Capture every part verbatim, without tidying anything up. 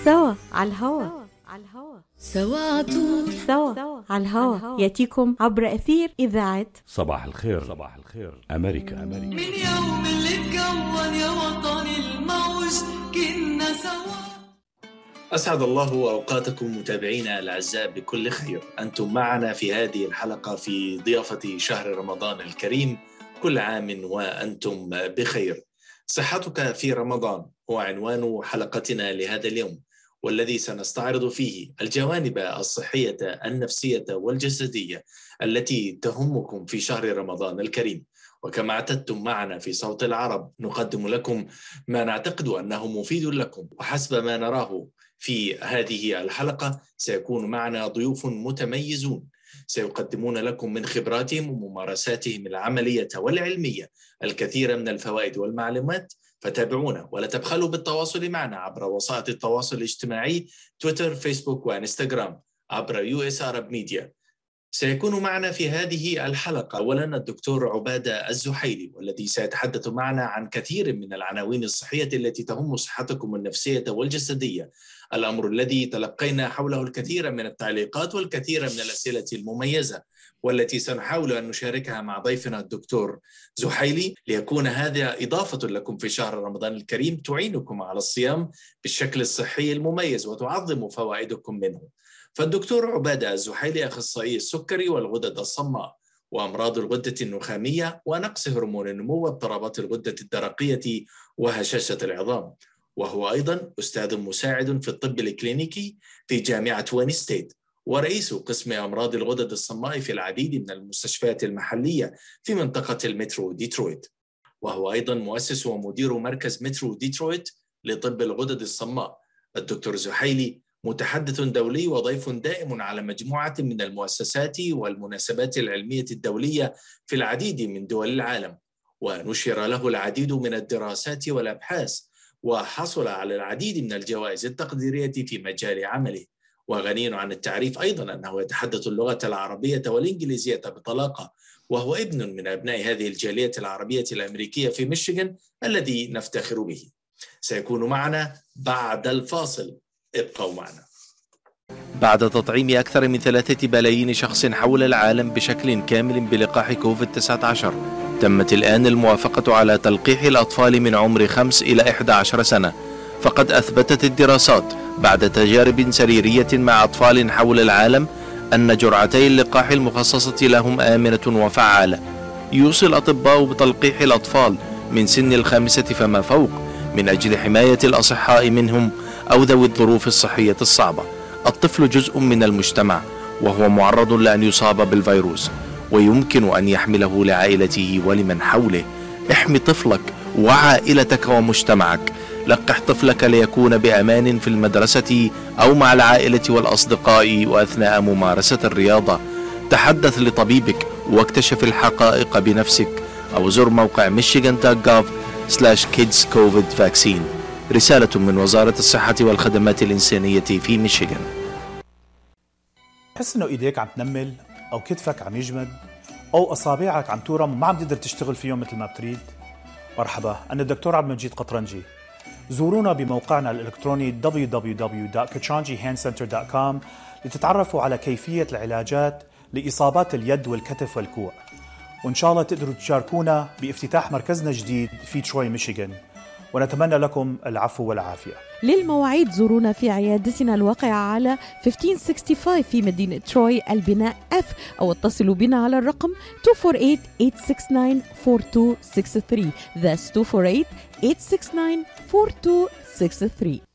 سوا على الهوا سوا على طول سوا على الهوا ياتيكم عبر أثير إذاعة صباح الخير. صباح الخير أمريكا. أمريكا من يوم اللي اتكون يا وطني الموج كنا سوا. أسعد الله أوقاتكم متابعينا الأعزاء بكل خير. أنتم معنا في هذه الحلقة في ضيافة شهر رمضان الكريم. كل عام وأنتم بخير. صحتك في رمضان هو عنوان حلقتنا لهذا اليوم، والذي سنستعرض فيه الجوانب الصحية النفسية والجسدية التي تهمكم في شهر رمضان الكريم. وكما اعتدتم معنا في صوت العرب نقدم لكم ما نعتقد أنه مفيد لكم، وحسب ما نراه في هذه الحلقة سيكون معنا ضيوف متميزون سيقدمون لكم من خبراتهم وممارساتهم العملية والعلمية الكثير من الفوائد والمعلومات. فتابعونا ولا تبخلوا بالتواصل معنا عبر وسائط التواصل الاجتماعي تويتر، فيسبوك وانستغرام عبر يو اس عرب ميديا. سيكون معنا في هذه الحلقة أولا الدكتور عبادة الزحيلي، والذي سيتحدث معنا عن كثير من العناوين الصحية التي تهم صحتكم النفسية والجسدية، الأمر الذي تلقينا حوله الكثير من التعليقات والكثير من الأسئلة المميزة، والتي سنحاول أن نشاركها مع ضيفنا الدكتور زحيلي، ليكون هذا إضافة لكم في شهر رمضان الكريم تعينكم على الصيام بالشكل الصحي المميز وتعظم فوائدكم منه. فالدكتور عبادة الزحيلي أخصائي السكري والغدد الصماء وأمراض الغدة النخامية ونقص هرمون النمو واضطرابات الغدة الدرقية وهشاشة العظام، وهو أيضا أستاذ مساعد في الطب الكلينيكي في جامعة وين ستيت، ورئيس قسم أمراض الغدد الصماء في العديد من المستشفيات المحلية في منطقة المترو ديترويت، وهو أيضا مؤسس ومدير مركز مترو ديترويت لطب الغدد الصماء. الدكتور زحيلي متحدث دولي وضيف دائم على مجموعة من المؤسسات والمناسبات العلمية الدولية في العديد من دول العالم، ونشر له العديد من الدراسات والأبحاث، وحصل على العديد من الجوائز التقديرية في مجال عمله. وغني عن التعريف أيضا أنه يتحدث اللغة العربية والإنجليزية بطلاقة، وهو ابن من أبناء هذه الجالية العربية الأمريكية في ميشيغان الذي نفتخر به. سيكون معنا بعد الفاصل، ابقوا معنا. بعد تطعيم أكثر من ثلاثة بلايين شخص حول العالم بشكل كامل بلقاح كوفيد تسعة عشر، تمت الآن الموافقة على تلقيح الأطفال من عمر خمس إلى إحدى عشر سنة. فقد أثبتت الدراسات بعد تجارب سريرية مع أطفال حول العالم أن جرعتي اللقاح المخصصة لهم آمنة وفعالة. يوصي الأطباء بتلقيح الأطفال من سن الخامسة فما فوق من أجل حماية الأصحاء منهم أو ذوي الظروف الصحية الصعبة. الطفل جزء من المجتمع وهو معرض لأن يصاب بالفيروس، ويمكن أن يحمله لعائلته ولمن حوله. احمي طفلك وعائلتك ومجتمعك. لقح طفلك ليكون بأمان في المدرسة أو مع العائلة والأصدقاء وأثناء ممارسة الرياضة. تحدث لطبيبك واكتشف الحقائق بنفسك، أو زر موقع ميشيغان دوت جوف سلاش كيدز كوفيد فاكسين. رسالة من وزارة الصحة والخدمات الإنسانية في ميشيغان. تحس إنه إيديك عم تنمل أو كتفك عم يجمد أو أصابعك عم تورم وما عم تقدر تشتغل فيهم مثل ما بتريد؟ مرحبا، أنا الدكتور عبد المجيد قطرنجي. زورونا بموقعنا الإلكتروني دبليو دبليو دبليو دوت katranji hand center دوت كوم لتتعرفوا على كيفية العلاجات لإصابات اليد والكتف والكوع، وإن شاء الله تقدروا تشاركونا بافتتاح مركزنا الجديد في تروي ميشيغان، ونتمنى لكم العفو والعافية. للمواعيد زورونا في عيادتنا الواقعة على خمسة عشر خمسة وستين في مدينة تروي البناء F، أو اتصلوا بنا على الرقم اثنين أربعة ثمانية ستة تسعة أربعة اتنين ستة ثلاثة. That's اثنين أربعة ثمانية ستة تسعة أربعة اتنين ستة ثلاثة.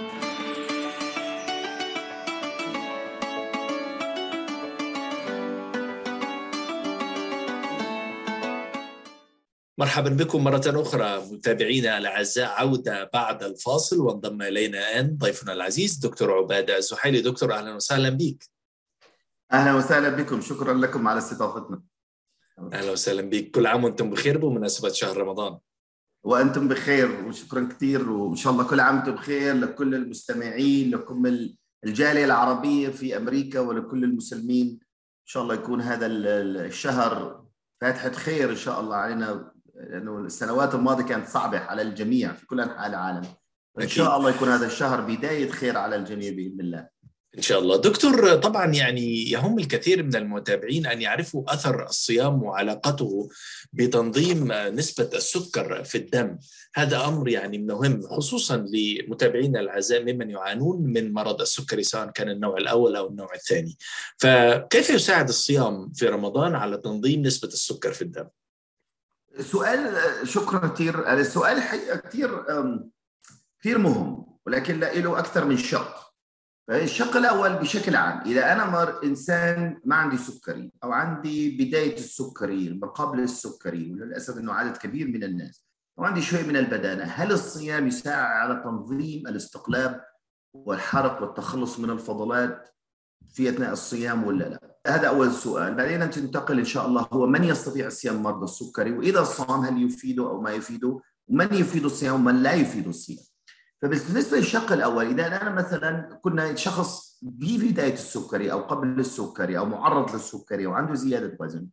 مرحبا بكم مرة أخرى متابعينا الأعزاء. عودة بعد الفاصل، وانضم إلينا الآن ضيفنا العزيز دكتور عبادة الزحيلي. دكتور أهلا وسهلا بك. أهلا وسهلا بكم، شكرا لكم على استضافتنا. أهلا وسهلا بك، كل عام وأنتم بخير بمناسبة شهر رمضان. وأنتم بخير وشكرا كثير، وإن شاء الله كل عام وأنتم بخير لكل المستمعين، لكم الجالية العربية في أمريكا ولكل المسلمين. إن شاء الله يكون هذا الشهر فاتحة خير إن شاء الله علينا، لأنه السنوات الماضية كانت صعبة على الجميع في كل أنحاء العالم. إن شاء الله يكون هذا الشهر بداية خير على الجميع بإذن الله. إن شاء الله. دكتور، طبعا يعني يهم الكثير من المتابعين أن يعرفوا أثر الصيام وعلاقته بتنظيم نسبة السكر في الدم. هذا أمر يعني مهم خصوصا لمتابعينا الأعزاء ممن يعانون من مرض السكري سواء كان النوع الأول أو النوع الثاني. فكيف يساعد الصيام في رمضان على تنظيم نسبة السكر في الدم؟ سؤال، شكرا كثير. السؤال حقيقة كثير كثير مهم، ولكن له أكثر من شق. الشق الأول بشكل عام، إذا أنا مر إنسان ما عندي سكري أو عندي بداية السكري ما قبل السكري، وللأسف أنه عدد كبير من الناس، وعندي شوي من البدانة، هل الصيام يساعد على تنظيم الاستقلاب والحرق والتخلص من الفضلات في أثناء الصيام ولا لا؟ هذا أول سؤال. بعدين تنتقل إن شاء الله هو من يستطيع الصيام مرضى السكري، وإذا صام هل يفيده أو ما يفيده، ومن يفيد الصيام ومن لا يفيد الصيام. فبالنسبة للشق الأول، إذا أنا مثلاً كنا شخص ببداية السكري أو قبل السكري أو معرض للسكري وعنده زيادة وزن،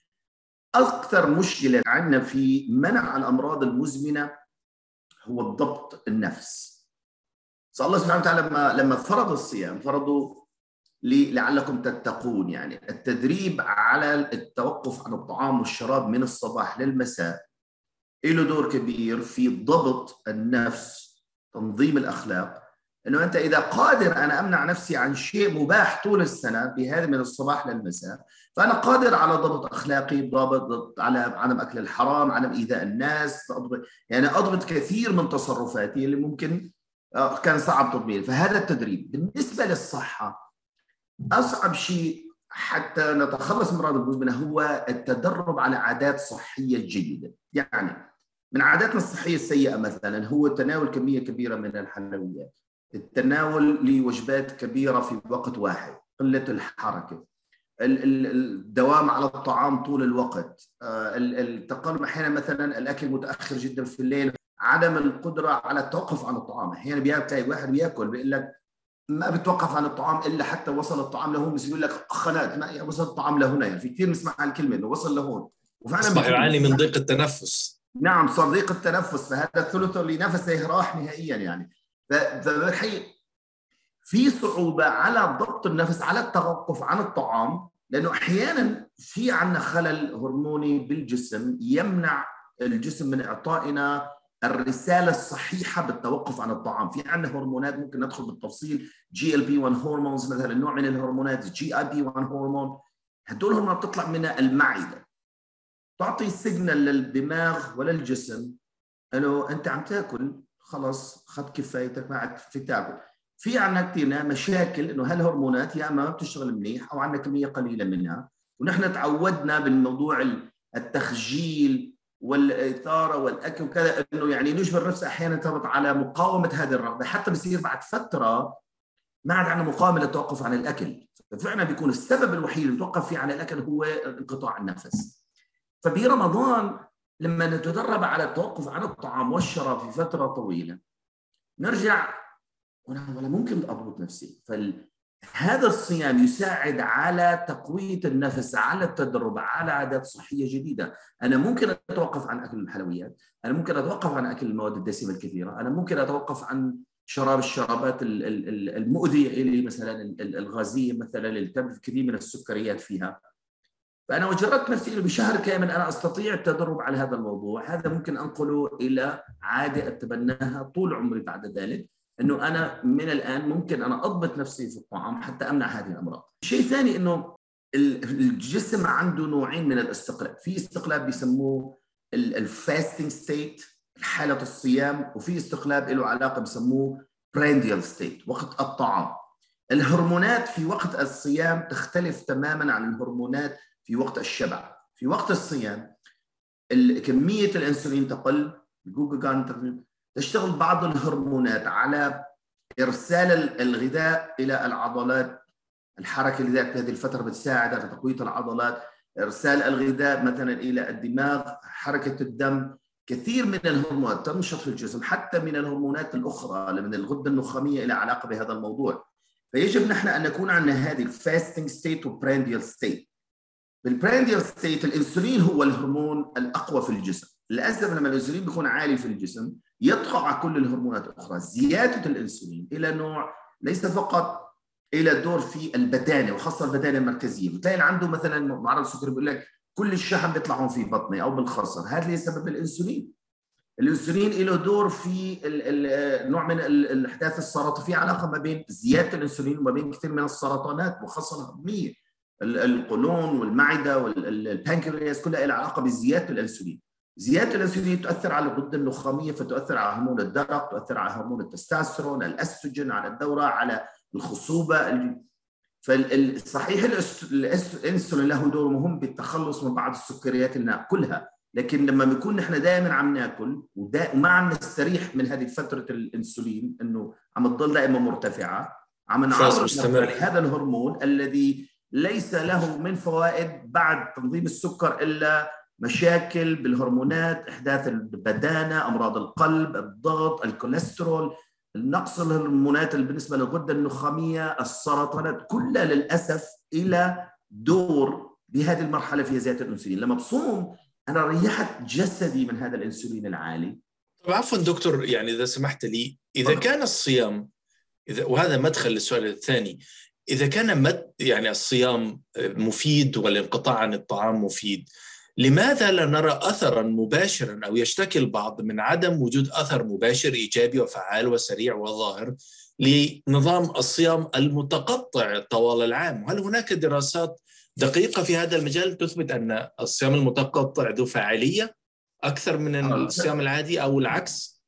أكثر مشكلة عندنا في منع الأمراض المزمنة هو الضبط النفس. الله سبحانه وتعالى لما لما فرض الصيام فرضوا لعلكم تتقون، يعني التدريب على التوقف عن الطعام والشراب من الصباح للمساء له دور كبير في ضبط النفس، تنظيم الأخلاق. إنه أنت إذا قادر أنا أمنع نفسي عن شيء مباح طول السنة بهذا من الصباح للمساء، فأنا قادر على ضبط أخلاقي، ضبط على عدم أكل الحرام، عدم إيذاء الناس، يعني أضبط كثير من تصرفاتي اللي ممكن كان صعب تطبيقه. فهذا التدريب. بالنسبة للصحة، أصعب شيء حتى نتخلص من الأمراض المزمنة هو التدرب على عادات صحية جيدة. يعني من عاداتنا الصحية السيئة مثلا هو تناول كمية كبيرة من الحلويات، التناول لوجبات كبيرة في وقت واحد، قلة الحركة، الدوام على الطعام طول الوقت، التقلب أحيانا مثلا الأكل متأخر جدا في الليل، عدم القدرة على التوقف عن الطعام. أحيانا بيلاقي واحد بياكل بيقول لك ما بتوقف عن الطعام إلا حتى وصل الطعام لهون، بس يقول لك خنات ما وصل الطعام لهنا. يعني في كثير نسمع هالكلمة إنه وصل لهون، وفعلا أصبح يعاني من ضيق التنفس. نعم، صار ضيق التنفس، فهذا الثلث اللي نفسه راح نهائيا. يعني فبالحقيقة في صعوبة على ضبط النفس، على التوقف عن الطعام، لأنه أحيانا في عنا خلل هرموني بالجسم يمنع الجسم من إعطائنا الرسالة الصحيحة بالتوقف عن الطعام. في عنا هرمونات ممكن ندخل بالتفصيل، جي إل بي واحد هرمونز مثلا، نوع من الهرمونات جي آي بي واحد هرمون، هدول الهرمونات بتطلع من المعدة تعطي سيجنال للدماغ وللجسم انه انت عم تاكل، خلص خد كفايتك، ما عاد في تاكل. في عنا كثير مشاكل انه هالهرمونات يا اما ما بتشتغل منيح او عندنا كميه قليله منها، ونحن تعودنا بالموضوع التخجيل والاثاره والاكل وكذا، انه يعني نجبر نفسنا احيانا تربط على مقاومه هذه الرغبه، حتى بصير بعد فتره ما عاد عندنا مقاومه للتوقف عن الاكل. ففعلا بيكون السبب الوحيد اللي نتوقف فيه عن الاكل هو انقطاع النفس. فبرمضان لما نتدرب على التوقف عن الطعام والشراب في فترة طويلة نرجع ولا ممكن أضبط نفسي. فهذا الصيام يساعد على تقوية النفس، على التدرب على عادات صحية جديدة. أنا ممكن أتوقف عن أكل الحلويات، أنا ممكن أتوقف عن أكل المواد الدسمة الكثيرة، أنا ممكن أتوقف عن شراب الشرابات المؤذية اللي مثلا الغازية مثلا اللي تمثل كثير من السكريات فيها. فأنا وجربت نفسي بشهر كامل أنا أستطيع التدرب على هذا الموضوع. هذا ممكن أنقله إلى عادة أتبناها طول عمري بعد ذلك، أنه أنا من الآن ممكن أنا أضبط نفسي في الطعام حتى أمنع هذه الأمراض. شيء ثاني أنه الجسم عنده نوعين من الاستقلاب، في استقلاب بيسموه الفاستنج ستيت، حالة الصيام، وفي استقلاب له علاقة بيسموه برانديال ستيت، وقت الطعام. الهرمونات في وقت الصيام تختلف تماماً عن الهرمونات في وقت الشبع. في وقت الصيام كمية الأنسولين تقل، الجلوكاجون تشتغل بعض الهرمونات على إرسال الغذاء إلى العضلات، الحركة لذلك هذه الفترة بتساعد على تقوية العضلات، إرسال الغذاء مثلا إلى الدماغ، حركة الدم. كثير من الهرمونات تنشط في الجسم، حتى من الهرمونات الأخرى من الغدة النخامية إلى علاقة بهذا الموضوع. فيجب نحن أن نكون عندنا هذه الفاستنج ستيت وبرانديال ستيت. بالبرانديال ستيت الانسولين هو الهرمون الاقوى في الجسم، للاسف لما الانسولين بيكون عالي في الجسم يطغى على كل الهرمونات الاخرى. زياده الانسولين الى نوع ليس فقط الى دور في البدانه وخاصه البدانه المركزيه، بتلاقي اللي عنده مثلا مرض السكري بيقول لك كل الشحم بيطلعون في بطني او بالخصر، هذا ليس سبب الانسولين. الانسولين له دور في نوع من الاحداث السرطانيه، في علاقه ما بين زياده الانسولين وما بين كثير من السرطانات وخاصه الهضميه، القولون والمعده والبانكرياس كلها لها علاقه بزياده الانسولين. زياده الانسولين تؤثر على الغده النخاميه، فتؤثر على هرمون الدرق، تؤثر على هرمون التستوستيرون، الاستروجين، على الدوره، على الخصوبه. فالصحيح الانسولين له دور مهم بالتخلص من بعض السكريات اللي ناكلها، لكن لما بنكون نحن دائما عم ناكل وما عم نستريح من هذه فتره الانسولين انه عم تضل دائما مرتفعه، عم نعرض هذا الهرمون الذي ليس له من فوائد بعد تنظيم السكر الا مشاكل بالهرمونات، احداث البدانه، امراض القلب، الضغط، الكوليسترول، النقص الهرمونات اللي بالنسبه للغده النخاميه، السرطانات، كلها للاسف الى دور بهذه المرحله في زياده الانسولين. لما بصوم انا ريحت جسدي من هذا الانسولين العالي. طب عفوا دكتور، يعني اذا سمحت لي، اذا كان الصيام اذا وهذا مدخل للسؤال الثاني، اذا كان مد يعني الصيام مفيد والانقطاع عن الطعام مفيد، لماذا لا نرى أثراً مباشراً أو يشتكي البعض من عدم وجود أثر مباشر إيجابي وفعال وسريع وظاهر لنظام الصيام المتقطع طوال العام؟ وهل هناك دراسات دقيقة في هذا المجال تثبت أن الصيام المتقطع ذو فاعلية أكثر من الصيام العادي أو العكس؟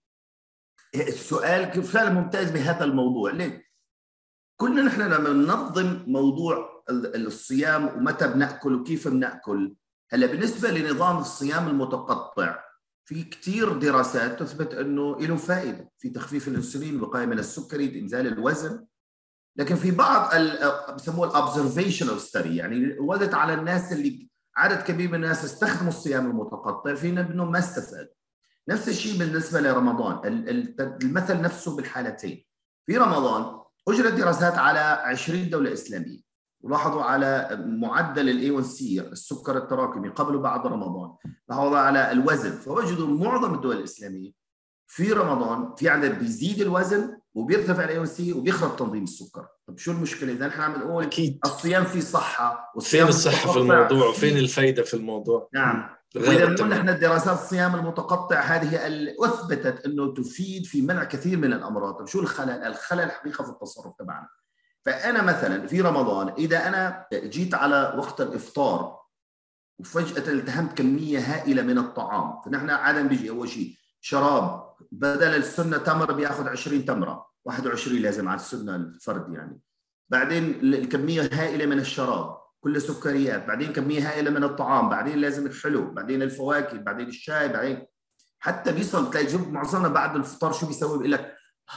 السؤال فعلا ممتاز بهذا الموضوع. ليه؟ كلنا نحن لما ننظم موضوع الصيام ومتى بنأكل وكيف بنأكل، هلا بالنسبه لنظام الصيام المتقطع في كثير دراسات تثبت انه له فائده في تخفيف الانسولين، الوقايه من السكري، انزال الوزن. لكن في بعض بسموه الاوبزرفيشنال ستدي، يعني وردت على الناس اللي عدد كبير من الناس استخدموا الصيام المتقطع فينا انهم ما استفادوا. نفس الشيء بالنسبه لرمضان، المثل نفسه بالحالتين. في رمضان اجرت دراسات على عشرين دوله اسلاميه ولاحظوا على معدل الاي واحد سي السكر التراكمي قبل وبعد رمضان، لاحظوا على الوزن، فوجدوا معظم الدول الاسلاميه في رمضان في عندنا بيزيد الوزن وبيرتفع الاي واحد سي وبيخرب تنظيم السكر. طب شو المشكله اذا نحن عم نقول أكيد. الصيام فيه صحه، فين الصحه في الموضوع وفين الفايده في الموضوع؟ نعم. واذا بنقول نحن الدراسات الصيام المتقطع هذه اللي اثبتت انه تفيد في منع كثير من الامراض. طب شو الخلل؟ الخلل الحقيقه في التصرف تبعنا. فأنا مثلا في رمضان إذا أنا جيت على وقت الإفطار وفجأة التهمت كمية هائلة من الطعام، فنحن عادة بيجي أول شيء شراب، بدل السنة تمر بياخذ عشرين تمرة، واحد وعشرين لازم على السنة الفرد يعني. بعدين الكمية هائلة من الشراب كل سكريات، بعدين كمية هائلة من الطعام، بعدين لازم الحلو، بعدين الفواكه، بعدين الشاي، بعدين حتى بيصل تلاقي جنب معظمنا بعد الفطار شو بيسوي؟ بيقول لك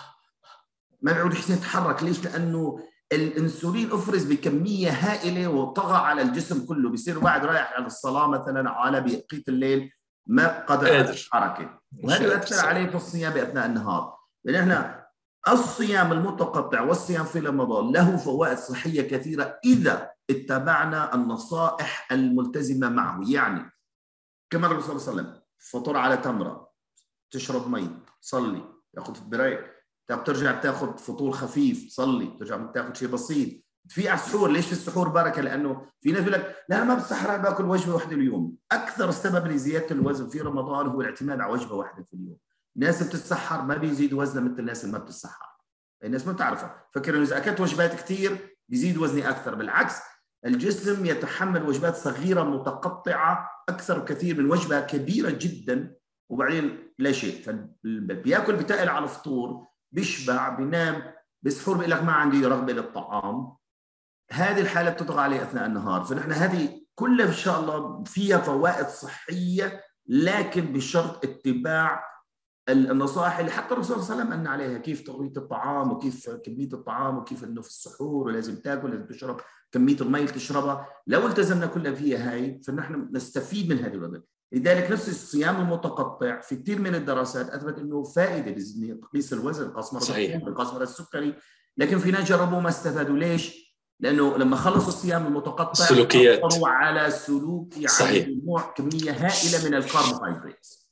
ما بيعود يحسن يتحرك. ليش؟ لأنه الانسولين افرز بكميه هائله وطغى على الجسم كله، بيصير واحد رايح على الصلاه مثلا على بقيه الليل ما قدر على الحركه، وهذا يؤثر عليه في الصيام باثناء النهار. لان احنا الصيام المتقطع والصيام في رمضان له فوائد صحيه كثيره اذا اتبعنا النصائح الملتزمه معه. يعني كما الرسول صلى الله عليه وسلم فطر على تمره، تشرب مي، تصلي، تاخذ بريك، بترجع بتاخذ فطور خفيف، تصلي، بترجع بتاخذ شيء بسيط. في على السحور، ليش في السحور بركه؟ لانه في ناس بيقول لك لا ما بتسحر، باكل وجبه واحده اليوم. اكثر سبب لزياده الوزن في رمضان هو الاعتماد على وجبه واحده في اليوم. الناس بتتسحر ما بيزيد وزنها مثل الناس اللي ما بتتسحر. الناس ما بتعرفها، فكر انه اذا اكلت وجبات كثير بيزيد وزني اكثر. بالعكس الجسم يتحمل وجبات صغيره متقطعه اكثر بكثير من وجبه كبيره جدا وبعدين لا شيء. فبياكل بتقل على الفطور، بيشبع، بينام، بسحور بيقول لك ما عندي رغبه للطعام. هذه الحاله بتطغى عليه اثناء النهار. فنحن هذه كلها ان شاء الله فيها فوائد صحيه، لكن بشرط اتباع النصائح اللي حتى الرسول صلى الله عليه وسلم قالنا عليها، كيف تغطيه الطعام وكيف كميه الطعام وكيف انه في السحور ولازم تاكل، لازم تشرب كميه المي اللي تشربها. لو التزمنا كلها فيها هاي فنحن نستفيد من هذه الوظيفه. لذلك نفس الصيام المتقطع في كثير من الدراسات اثبت انه فائده لتقليص الوزن، قص مرض القلب، قص مرض السكري، لكن في ناس جربوا ما استفادوا. ليش؟ لانه لما خلصوا الصيام المتقطع سلوكيات على سلوك يعني نوع كميه هائله من الكربوهيدرات.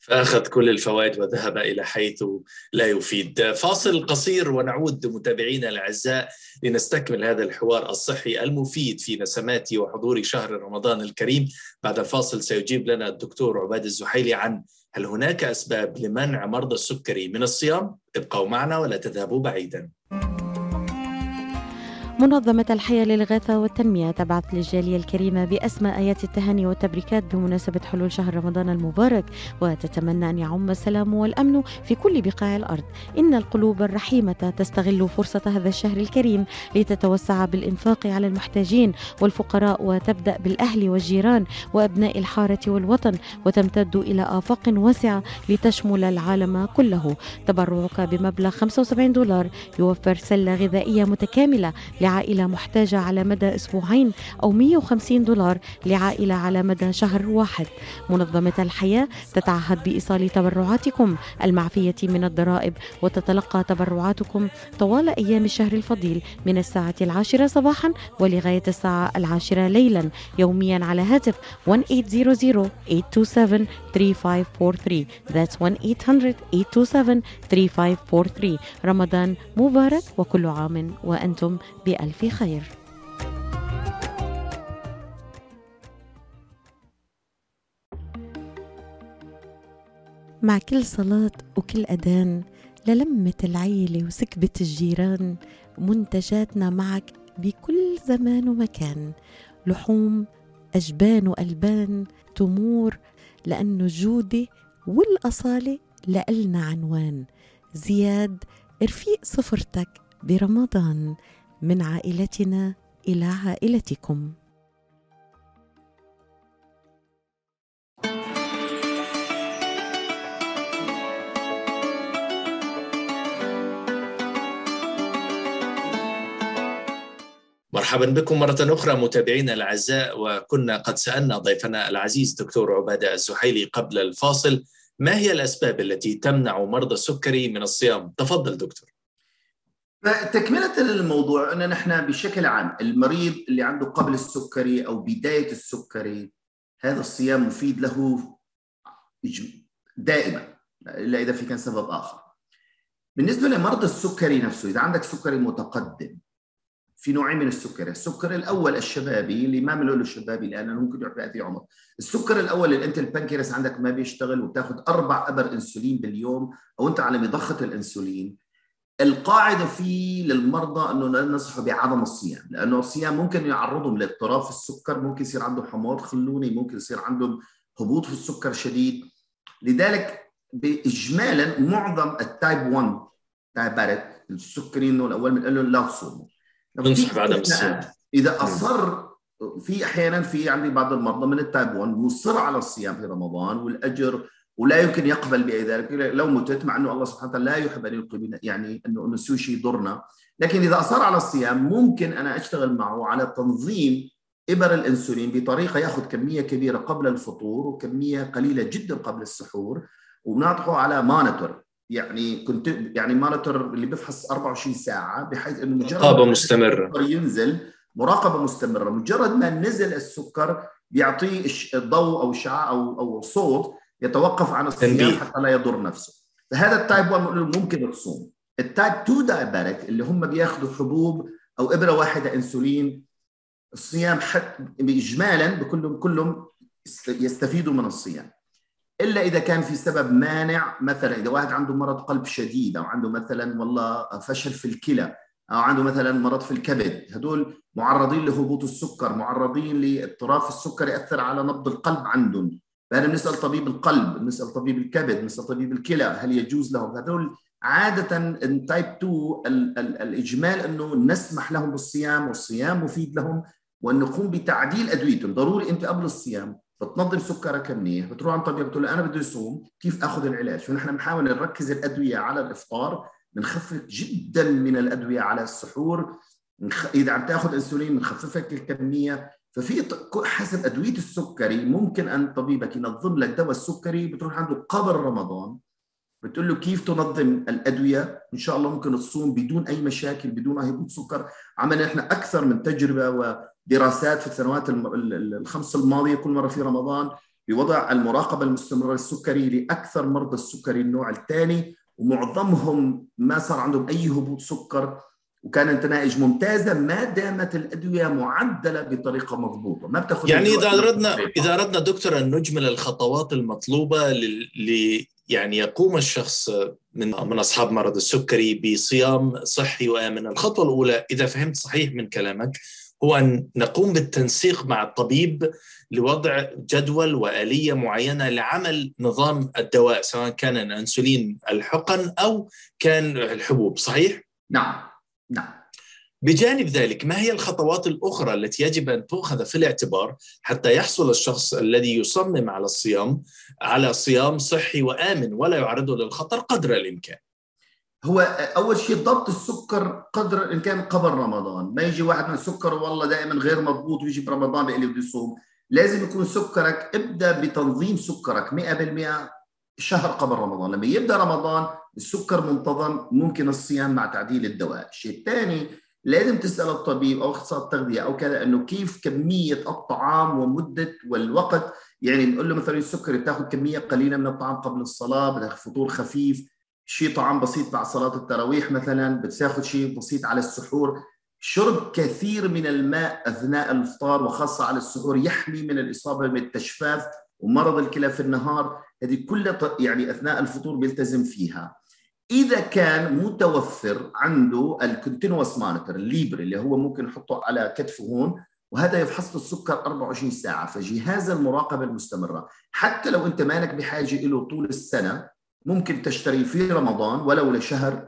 فأخذ كل الفوائد وذهب إلى حيث لا يفيد. فاصل قصير ونعود متابعينا الأعزاء لنستكمل هذا الحوار الصحي المفيد في نسمات وحضور شهر رمضان الكريم. بعد الفاصل سيجيب لنا الدكتور عبادة الزحيلي عن هل هناك أسباب لمنع مرضى السكري من الصيام؟ ابقوا معنا ولا تذهبوا بعيدا. منظمة الحياة للإغاثة والتنمية تبعث للجالية الكريمة بأسمى آيات التهاني والتبريكات بمناسبة حلول شهر رمضان المبارك، وتتمنى أن يعم السلام والأمن في كل بقاع الأرض. إن القلوب الرحيمة تستغل فرصة هذا الشهر الكريم لتتوسع بالإنفاق على المحتاجين والفقراء، وتبدأ بالأهل والجيران وأبناء الحارة والوطن، وتمتد إلى آفاق واسعة لتشمل العالم كله. تبرعك بمبلغ خمسة وسبعين دولار يوفر سلة غذائية متكاملة لعائلة محتاجة على مدى أسبوعين، أو مئة وخمسين دولار لعائلة على مدى شهر واحد. منظمة الحياة تتعهد بإيصال تبرعاتكم المعفية من الضرائب، وتتلقى تبرعاتكم طوال أيام الشهر الفضيل من الساعة العاشرة صباحا ولغاية الساعة العاشرة ليلا يوميا على هاتف one eight hundred eight two seven three five four three. That's one eight hundred eight two seven three five four three. رمضان مبارك وكل عام وأنتم بألف خير. مع كل صلاة وكل أذان، للمة العيلة وسكبة الجيران، منتجاتنا معك بكل زمان ومكان، لحوم أجبان وألبان تمور، لأنه الجودة والأصالة لألنا عنوان. زياد، رفيق سفرتك برمضان، من عائلتنا إلى عائلتكم. مرحبا بكم مرة أخرى متابعينا الأعزاء. وكنا قد سألنا ضيفنا العزيز دكتور عبادة الزحيلي قبل الفاصل ما هي الأسباب التي تمنع مرضى السكري من الصيام. تفضل دكتور. تكملة للموضوع أن نحن بشكل عام المريض اللي عنده قبل السكري أو بداية السكري، هذا الصيام مفيد له دائما إلا إذا في كان سبب آخر. بالنسبة لمرضى السكري نفسه، إذا عندك سكري متقدم، في نوعين من السكري. السكر الأول الشبابي اللي ما بنقول له الشبابي لأنه ممكن يعطي في عمر. السكر الأول اللي أنت البنكرياس عندك ما بيشتغل وبتاخذ أربع أبر أنسولين باليوم أو أنت على مضخة الأنسولين. القاعدة فيه للمرضى أنه ننصحوا بعدم الصيام، لأنه الصيام ممكن يعرضهم لاضطراب في السكر، ممكن يصير عندهم حموض خلوني، ممكن يصير عندهم هبوط في السكر شديد. لذلك بإجمالا معظم التايب واحد دايابيتك السكريين الأول بنقول لهم لا تصوموا، ننصح بعدم الصيام. إذا أصر في أحيانا في عندي بعض المرضى من التايب واحد مصر على الصيام في رمضان والأجر ولا يمكن يقبل بأي ذلك لو متت، مع أنه الله سبحانه وتعالى لا يحب أن يلقي بنا يعني أنه أنه السوشي يضرنا. لكن إذا أصر على الصيام ممكن أنا أشتغل معه على تنظيم إبر الأنسولين بطريقة يأخذ كمية كبيرة قبل الفطور وكمية قليلة جدا قبل السحور، ونعطيه على مانيتور. يعني كنت يعني مانيتور اللي بيفحص أربعة وعشرين ساعة بحيث أنه مجرد مراقبة مستمرة ينزل، مراقبة مستمرة، مجرد ما نزل السكر بيعطيه الضوء أو الشعاع أو أو صوت يتوقف عن الصيام حتى لا يضر نفسه. فهذا التايب واحد ممكن تصوم. التايب اثنين دايابيتك اللي هم بياخذوا حبوب أو إبرة واحدة أنسولين، الصيام حتى بإجمالا بكلهم كلهم يستفيدوا من الصيام، إلا إذا كان في سبب مانع. مثلا إذا واحد عنده مرض قلب شديد أو عنده مثلا والله فشل في الكلى أو عنده مثلا مرض في الكبد، هدول معرضين لهبوط السكر، معرضين لاضطراب السكر يأثر على نبض القلب عندهم. فهذا بنسأل طبيب القلب، بنسأل طبيب الكبد، بنسأل طبيب الكلى هل يجوز لهم. هذول عادة التايب اثنين ال ال الإجمال أنه نسمح لهم بالصيام والصيام مفيد لهم، وأن نقوم بتعديل أدويتهم. ضروري أنت قبل الصيام بتنظم سكرك منيح، بتروح عن طبيب بتقول له أنا بدي أصوم كيف أخذ العلاج. فنحن بنحاول نركز الأدوية على الإفطار، بنخفف جدا من الأدوية على السحور. إذا عم تأخذ أنسولين بنخففك الكمية. ففي حسب أدوية السكري ممكن أن طبيبك ينظم لك دواء السكري، بتروح عنده قبل رمضان بتقول له كيف تنظم الأدوية، إن شاء الله ممكن تصوم بدون أي مشاكل بدون هبوط سكر. عملنا إحنا أكثر من تجربة ودراسات في السنوات الخمس الماضية كل مرة في رمضان بوضع المراقبة المستمرة للسكري لأكثر مرضى السكري النوع الثاني، ومعظمهم ما صار عندهم أي هبوط سكر، وكانت نتائج ممتازة ما دامت الأدوية معدلة بطريقة مضبوطة. ما بتاخذ يعني إذا أردنا إذا أردنا دكتور أن نجمل الخطوات المطلوبة ل يعني يقوم الشخص من من أصحاب مرض السكري بصيام صحي وآمن، الخطوة الأولى إذا فهمت صحيح من كلامك هو أن نقوم بالتنسيق مع الطبيب لوضع جدول وآلية معينة لعمل نظام الدواء، سواء كان الأنسولين الحقن أو كان الحبوب، صحيح؟ نعم نعم. بجانب ذلك ما هي الخطوات الأخرى التي يجب أن تؤخذ في الاعتبار حتى يحصل الشخص الذي يصمم على الصيام على صيام صحي وآمن ولا يعرضه للخطر قدر الإمكان؟ هو أول شيء ضبط السكر قدر الإمكان قبل رمضان. ما يجي واحد من السكر والله دائما غير مضبوط ويجي برمضان بيقول لي بدي يصوم. لازم يكون سكرك، ابدأ بتنظيم سكرك مئة بالمئة شهر قبل رمضان. لما يبدأ رمضان السكر منتظم، ممكن الصيام مع تعديل الدواء. الشيء الثاني لازم تسأل الطبيب أو أخصائي التغذية أو كذا إنه كيف كمية الطعام ومدة والوقت. يعني نقول له مثلا السكري بتاخذ كمية قليلة من الطعام قبل الصلاة، بدك فطور خفيف، شيء طعام بسيط مع صلاة التراويح مثلا، بتاخذ شيء بسيط على السحور، شرب كثير من الماء أثناء الإفطار وخاصة على السحور يحمي من الإصابة بالتجفاف ومرض الكلى في النهار. هذه كلها يعني أثناء الفطور بيلتزم فيها. إذا كان متوفر عنده الكونتينوس مونيتور الليبر اللي هو ممكن نحطه على كتفه هون، وهذا يفحص السكر أربعة وعشرين ساعة، فجهاز المراقبة المستمرة حتى لو أنت مالك بحاجة له طول السنة ممكن تشتري في رمضان ولو لشهر.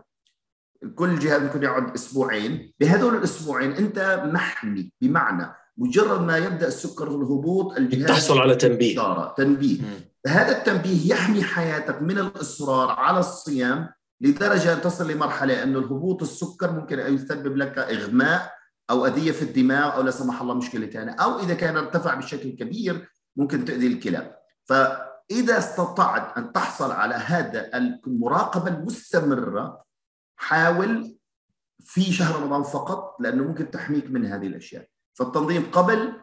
كل جهاز ممكن يقعد أسبوعين، بهذول الأسبوعين أنت محمي، بمعنى مجرد ما يبدأ السكر الهبوط الجهاز تحصل على تنبيه تنبيه هذا التنبيه يحمي حياتك من الإصرار على الصيام لدرجة أن تصل لمرحلة أنه الهبوط السكر ممكن أن يسبب لك إغماء أو أذية في الدماغ أو لا سمح الله مشكلة ثانية، أو إذا كان ارتفع بشكل كبير ممكن تؤذي الكلى. فإذا استطعت أن تحصل على هذا المراقبة المستمرة حاول في شهر رمضان فقط، لأنه ممكن تحميك من هذه الأشياء. فالتنظيم قبل،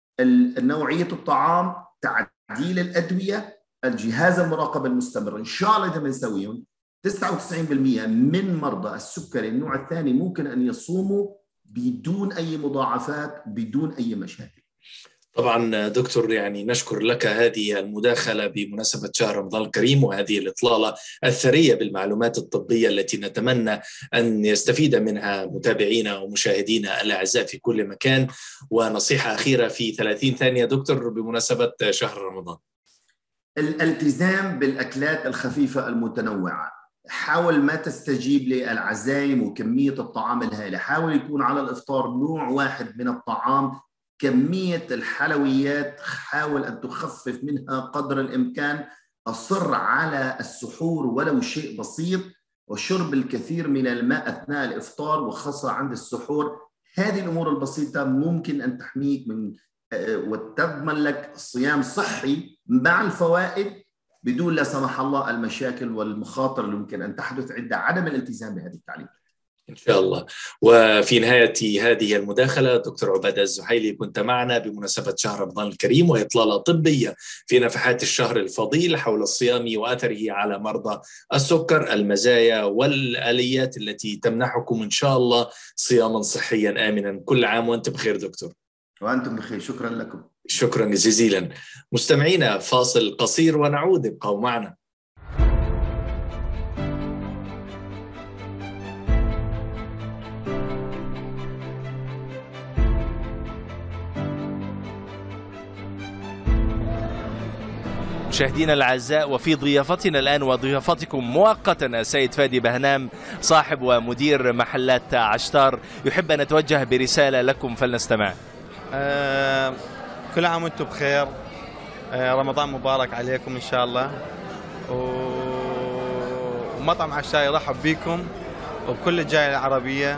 نوعية الطعام، تعديل الأدوية، الجهاز المراقبة المستمر، إن شاء الله إذا بنسويهم تسعة وتسعين بالمئة من مرضى السكري النوع الثاني ممكن أن يصوموا بدون أي مضاعفات بدون أي مشاكل. طبعا دكتور يعني نشكر لك هذه المداخلة بمناسبة شهر رمضان الكريم وهذه الإطلالة الثرية بالمعلومات الطبية التي نتمنى أن يستفيد منها متابعينا ومشاهدينا الأعزاء في كل مكان. ونصيحة أخيرة في ثلاثين ثانية دكتور بمناسبة شهر رمضان. الالتزام بالأكلات الخفيفة المتنوعة، حاول ما تستجيب للعزايم وكمية الطعام الهائلة، حاول يكون على الإفطار نوع واحد من الطعام. كمية الحلويات حاول أن تخفف منها قدر الإمكان. أصر على السحور ولو شيء بسيط، وشرب الكثير من الماء أثناء الإفطار وخاصة عند السحور. هذه الأمور البسيطة ممكن أن تحميك من وتضمن لك صيام صحي مع الفوائد بدون لا سمح الله المشاكل والمخاطر اللي ممكن أن تحدث عند عدم الالتزام بهذه التعليمات. إن شاء الله. وفي نهاية هذه المداخلة دكتور عبادة الزحيلي كنت معنا بمناسبة شهر رمضان الكريم وإطلالة طبية في نفحات الشهر الفضيل حول الصيام وأثره على مرضى السكر، المزايا والآليات التي تمنحكم إن شاء الله صياما صحيا آمنا. كل عام وأنتم بخير دكتور. وأنتم بخير، شكرا لكم. شكرا جزيلا. مستمعينا فاصل قصير ونعود، ابقوا معنا. مشاهدينا الأعزاء، وفي ضيافتنا الآن وضيافتكم مؤقتا السيد فادي بهنام صاحب ومدير محلات عشتار، يحب أن نتوجه برسالة لكم فلنستمع. آه كل عام وانتم بخير، آه رمضان مبارك عليكم إن شاء الله، ومطعم عشتار يرحب بكم وبكل الجالية العربية.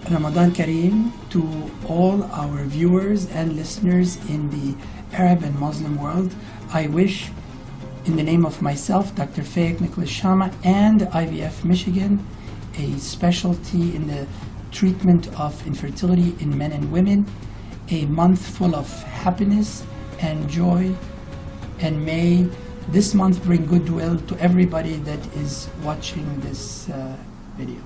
Ramadan Kareem to all our viewers and listeners in the Arab and Muslim world. I wish, in the name of myself, Doctor Faik Nicholas Shama, and I V F Michigan, a specialty in the treatment of infertility in men and women, a month full of happiness and joy, and may this month bring goodwill to everybody that is watching this uh, video.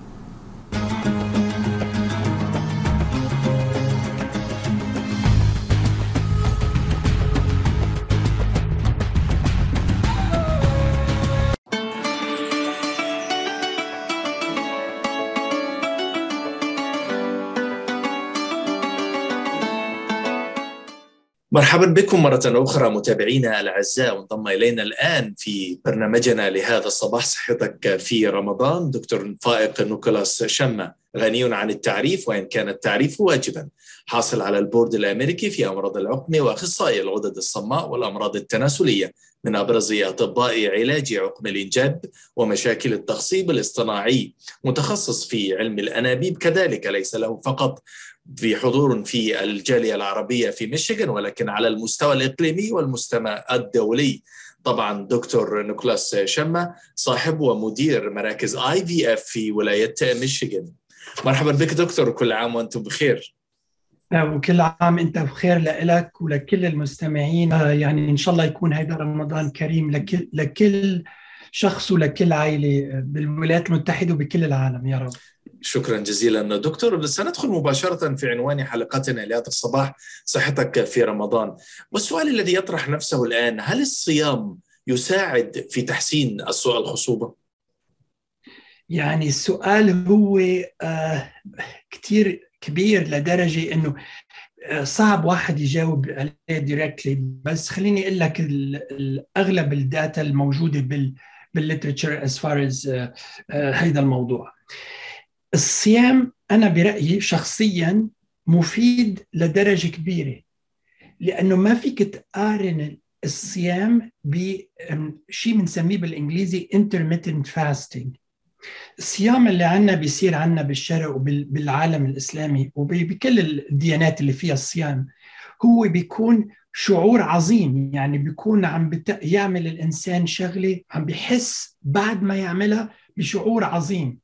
مرحبا بكم مرة أخرى متابعينا الأعزاء، وانضم إلينا الآن في برنامجنا لهذا الصباح صحتك في رمضان دكتور فائق نيكولاس شمة، غني عن التعريف وإن كان التعريف واجبا، حاصل على البورد الأمريكي في أمراض العقم وأخصائي الغدد الصماء والأمراض التناسلية، من أبرز أطباء علاج عقم الإنجاب ومشاكل التخصيب الاصطناعي، متخصص في علم الأنابيب، كذلك ليس له فقط في حضور في الجالية العربية في ميشيغان ولكن على المستوى الإقليمي والمستوى الدولي. طبعا دكتور نيكولاس شمة صاحب ومدير مراكز آي في إف في ولاية ميشيغان. مرحبا بك دكتور، كل عام وأنتم بخير. وكل عام أنت بخير لك ولكل المستمعين. يعني إن شاء الله يكون هذا رمضان كريم لكل, لكل شخص ولكل عائلة بالولايات المتحدة وبكل العالم يا رب. شكرا جزيلا دكتور. سندخل مباشرة في عنوان حلقتنا لهذا الصباح، صحتك في رمضان، والسؤال الذي يطرح نفسه الآن: هل الصيام يساعد في تحسين الخصوبة؟ يعني السؤال هو آه كتير كبير لدرجة إنه صعب واحد يجاوب عليه دايركتلي، بس خليني أقول لك الأغلب الداتا الموجودة بال بالليترشر as far as آه آه هذا الموضوع. الصيام أنا برأيي شخصياً مفيد لدرجة كبيرة، لأنه ما فيك تقارن الصيام بشيء بنسميه بالإنجليزي intermittent fasting. الصيام اللي عنا بيصير عنا بالشرق وبالعالم الإسلامي وبكل الديانات اللي فيها الصيام، هو بيكون شعور عظيم، يعني بيكون عم بت... يعمل الإنسان شغلة عم بيحس بعد ما يعملها بشعور عظيم.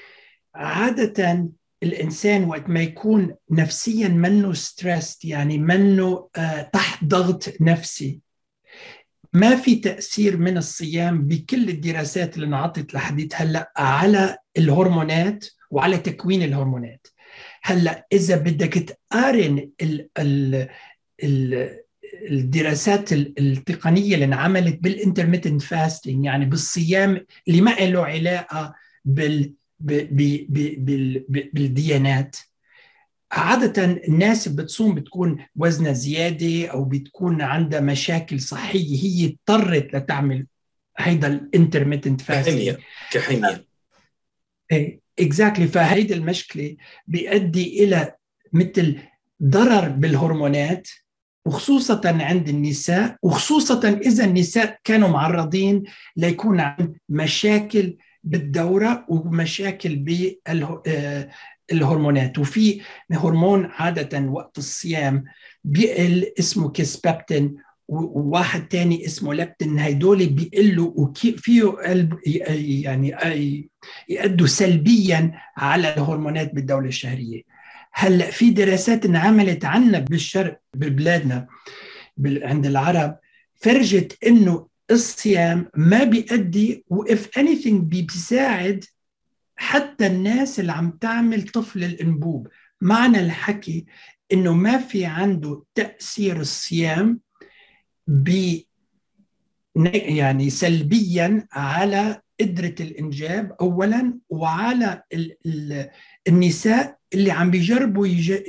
عادة الإنسان وقت ما يكون نفسياً منه ستريس، يعني منه آه تحت ضغط نفسي، ما في تأثير من الصيام بكل الدراسات اللي انعطت لحديث هلأ على الهرمونات وعلى تكوين الهرمونات. هلأ إذا بدك تقارن ال ال ال الدراسات التقنية اللي انعملت بالانترميتنت فاستنج، يعني بالصيام اللي ما له علاقة بال بالديانات، عادة الناس بتصوم بتكون وزنها زيادة أو بتكون عندها مشاكل صحية هي اضطرت لتعمل هيدا الانترميتنت فاستنج كحمية. ايه اكزاكتلي. فهيدا المشكلة بيؤدي إلى مثل ضرر بالهرمونات، وخصوصا عند النساء، وخصوصا إذا النساء كانوا معرضين ليكون عن مشاكل بالدورة ومشاكل بالهرمونات. وفي هرمون عادة وقت الصيام بيقل اسمه كيسبابتين، وواحد تاني اسمه لابتين، هيدول بيقلوا وفيه يعني يؤدوا سلبيا على الهرمونات بالدورة الشهرية. هلأ في دراسات انعملت عنا بالشرق ببلادنا عند العرب فرجت إنه الصيام ما بيؤدي وإف anything بيساعد حتى الناس اللي عم تعمل طفل الأنبوب. معنى الحكي إنه ما في عنده تأثير الصيام بي يعني سلبيا على قدرة الإنجاب أولا، وعلى ال ال النساء اللي عم بيجربوا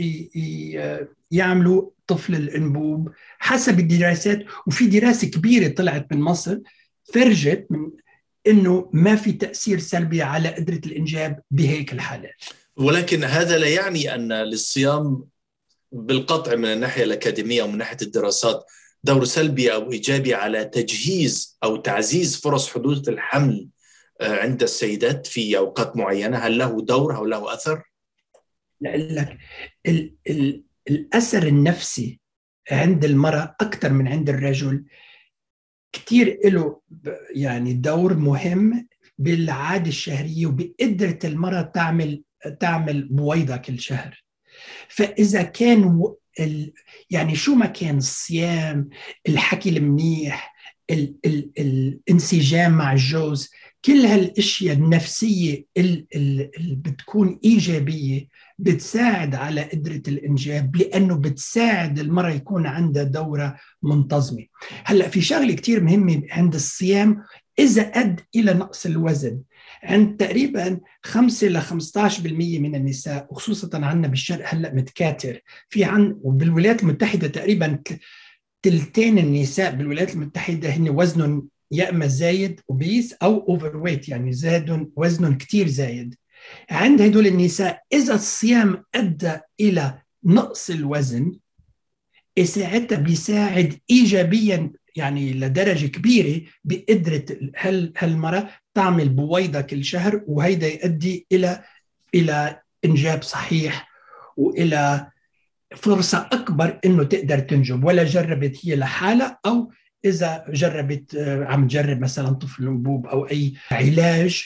يعملوا طفل الأنبوب حسب الدراسات. وفي دراسة كبيرة طلعت من مصر فرجت من إنه ما في تأثير سلبي على قدرة الإنجاب بهيك الحالات. ولكن هذا لا يعني أن للصيام بالقطع من الناحية الأكاديمية ومن ناحية الدراسات دور سلبي أو إيجابي على تجهيز أو تعزيز فرص حدوث الحمل عند السيدات في أوقات معينة. هل له دور أو له أثر؟ لأقول لك ال ال الأثر النفسي عند المرأة أكثر من عند الرجل كتير له يعني دور مهم بالعادة الشهرية وبقدرة المرأة تعمل تعمل بويضة كل شهر. فإذا كان ال يعني شو ما كان الصيام، الحكي المنيح، ال ال الانسجام مع الجوز، كل هالاشياء النفسية اللي بتكون إيجابية بتساعد على قدرة الإنجاب، لأنه بتساعد المرأة يكون عندها دورة منتظمة. هلأ في شغلة كتير مهمة عند الصيام، إذا أدى إلى نقص الوزن عند تقريبا خمسة إلى خمسة عشر بالمئة من النساء، وخصوصا عندنا بالشرق هلأ متكاثر في عن، وبالولايات المتحدة تقريبا تلتين النساء بالولايات المتحدة هن وزنهم يا إما زايد وبيس أو أوفر ويت، يعني زادن وزنهم كتير زايد. عند هدول النساء إذا الصيام أدى إلى نقص الوزن، ساعتها بيساعد إيجابيا يعني لدرجة كبيرة بقدرة هالمرأة تعمل بويضة كل شهر، وهيدا يؤدي إلى إلى إنجاب صحيح وإلى فرصة أكبر إنه تقدر تنجب، ولا جربت هي لحالها أو إذا جربت عم تجرب مثلا طفل أنبوب أو أي علاج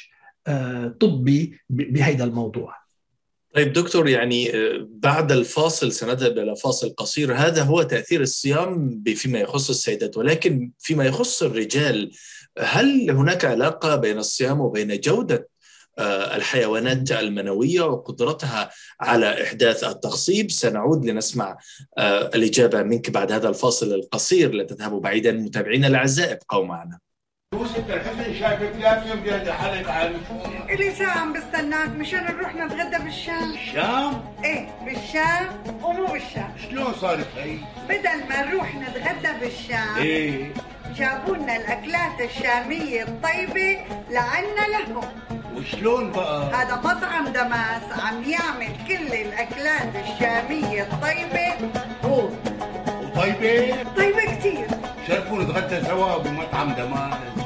طبي بهذا الموضوع. طيب دكتور، يعني بعد الفاصل سنذهب إلى فاصل قصير. هذا هو تأثير الصيام فيما يخص السيدات، ولكن فيما يخص الرجال هل هناك علاقة بين الصيام وبين جودة الحيوانات المنوية وقدرتها على إحداث التخصيب؟ سنعود لنسمع الإجابة منك بعد هذا الفاصل القصير. لا تذهبوا بعيدا متابعينا الأعزاء، ابقوا معنا. يوسف الحسن شايفك ثلاث يوم بهذا حالك عالي. إلي ساعة عم بستناك مشان نروح نتغدى بالشام. الشام؟ إيه بالشام ومو بالشام. شلون صارت هي؟ بدل ما نروح نتغدى بالشام إيه جابوا لنا الأكلات الشامية الطيبة لعنا لهم. وشلون بقى؟ هذا مطعم دماس عم يعمل كل الأكلات الشامية الطيبة هو. وطيبة؟ طيبة كتير. شرفوا نتغدى سوا بمطعم دماس.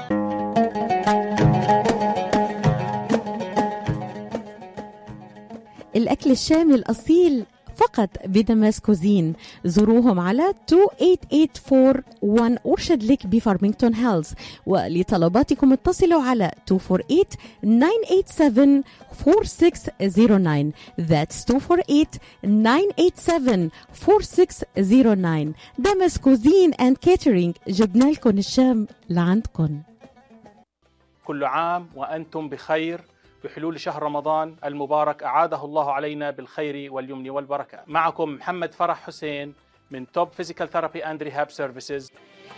الأكل الشامي الأصيل فقط بدماس كوزين. زوروهم على اثنين ثمانية ثمانية أربعة واحد أورشاد ليك بفارمينغتون هيلز، ولطلباتكم اتصلوا على اثنين أربعة ثمانية تسعة سبعة أربعة ستة صفر تسعة. That's اثنين أربعة ثمانية تسعة سبعة أربعة ستة صفر تسعة. دماس كوزين اند كاترينج، جبنا لكم الشام لعندكم. كل عام وأنتم بخير بحلول شهر رمضان المبارك، أعاده الله علينا بالخير واليمن والبركة. معكم محمد فرح حسين من توب فيزيكال ثيرابي اند ريهاب سيرفيسز.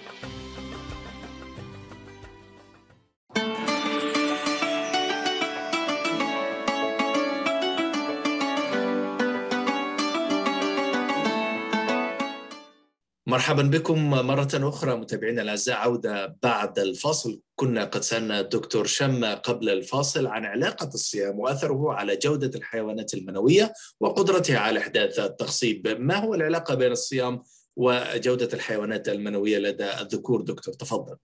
مرحبا بكم مرة أخرى متابعينا الأعزاء. عودة بعد الفاصل. كنا قد سألنا الدكتور شمة قبل الفاصل عن علاقة الصيام وأثره على جودة الحيوانات المنوية وقدرتها على إحداث التخصيب. ما هو العلاقة بين الصيام وجودة الحيوانات المنوية لدى الذكور؟ دكتور تفضل.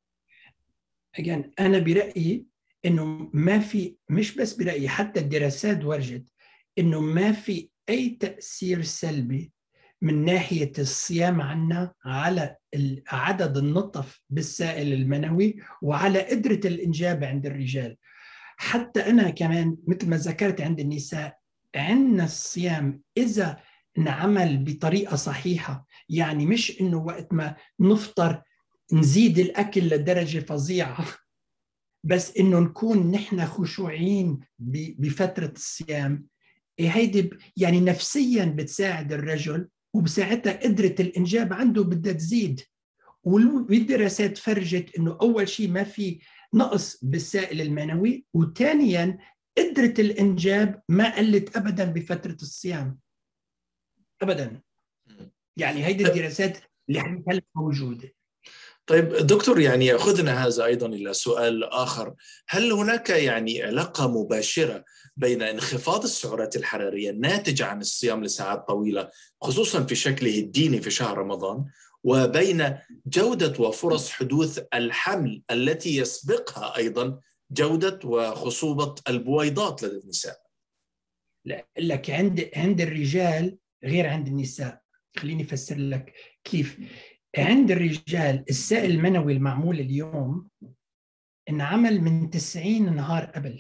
أنا برأيي إنه ما في، مش بس برأيي، حتى الدراسات ورجت إنه ما في أي تأثير سلبي من ناحية الصيام عنا على عدد النطف بالسائل المنوي وعلى قدرة الإنجاب عند الرجال. حتى أنا كمان مثل ما ذكرت عند النساء، عندنا الصيام إذا نعمل بطريقة صحيحة، يعني مش إنه وقت ما نفطر نزيد الأكل لدرجة فظيعة، بس إنه نكون نحن خشوعين بفترة الصيام. هيدي يعني نفسياً بتساعد الرجل، وبساعتها قدرة الإنجاب عنده بدها تزيد. والدراسات فرجت إنه أول شيء ما في نقص بالسائل المنوي، وثانياً قدرة الإنجاب ما قلت أبداً بفترة الصيام أبداً. يعني هيدي الدراسات اللي هلا موجودة. طيب دكتور، يعني يأخذنا هذا أيضاً إلى سؤال آخر. هل هناك يعني علاقة مباشرة بين انخفاض السعرات الحرارية الناتجة عن الصيام لساعات طويلة خصوصاً في شكله الديني في شهر رمضان، وبين جودة وفرص حدوث الحمل التي يسبقها أيضاً جودة وخصوبة البويضات لدى النساء؟ لك عند عند الرجال غير عند النساء. خليني أفسر لك كيف. عند الرجال السائل المنوي المعمول اليوم انعمل من تسعين نهار قبل.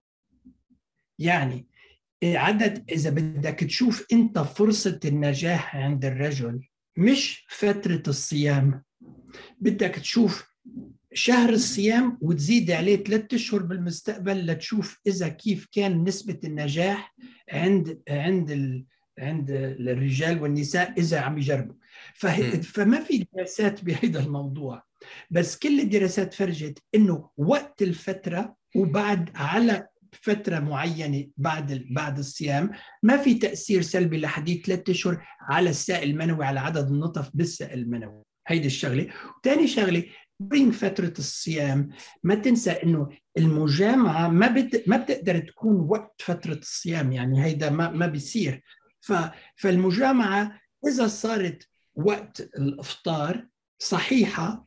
يعني عدد، إذا بدك تشوف أنت فرصة النجاح عند الرجل مش فترة الصيام، بدك تشوف شهر الصيام وتزيد عليه ثلاثة أشهر بالمستقبل لتشوف إذا كيف كان نسبة النجاح عند عند ال عند الرجال والنساء إذا عم يجربوا. فما في دراسات بهذا الموضوع، بس كل الدراسات فرجت إنه وقت الفترة وبعد على فترة معينة بعد بعد الصيام ما في تأثير سلبي لحديث ثلاثة أشهر على السائل المنوي، على عدد النطف بالسائل المنوي. هيدي الشغلة. وثاني شغلة بين فترة الصيام ما تنسى إنه المجامعة ما بت ما بتقدر تكون وقت فترة الصيام، يعني هيدا ما ما بيصير. ف فالمجامعة إذا صارت وقت الإفطار صحيحة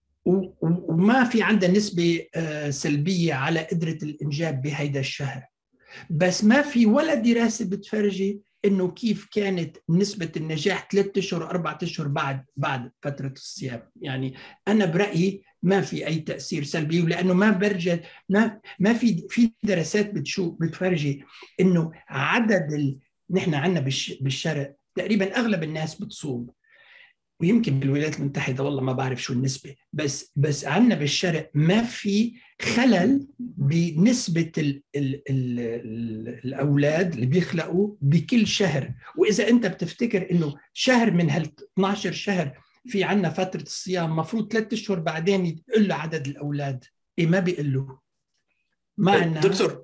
وما في عندها نسبة سلبية على قدرة الإنجاب بهيدا الشهر، بس ما في ولا دراسة بتفرجي إنه كيف كانت نسبة النجاح ثلاثة أشهر أربعة أشهر بعد بعد فترة الصيام. يعني أنا برأيي ما في أي تأثير سلبي، لأنه ما برجع ما ما في في دراسات بتشوف بتفرجي إنه عدد ال... نحن عنا بالش... بالشرق تقريبا أغلب الناس بتصوم، ويمكن بالولايات المتحدة والله ما بعرف شو النسبة، بس بس عنا بالشرق ما في خلل بنسبة ال ال ال ال الأولاد اللي بيخلقوا بكل شهر. وإذا أنت بتفتكر إنه شهر من هال اثني عشر شهر في عنا فترة الصيام مفروض ثلاثة أشهر بعدين يقل عدد الأولاد، إيه ما بيقلوا. معنا دكتور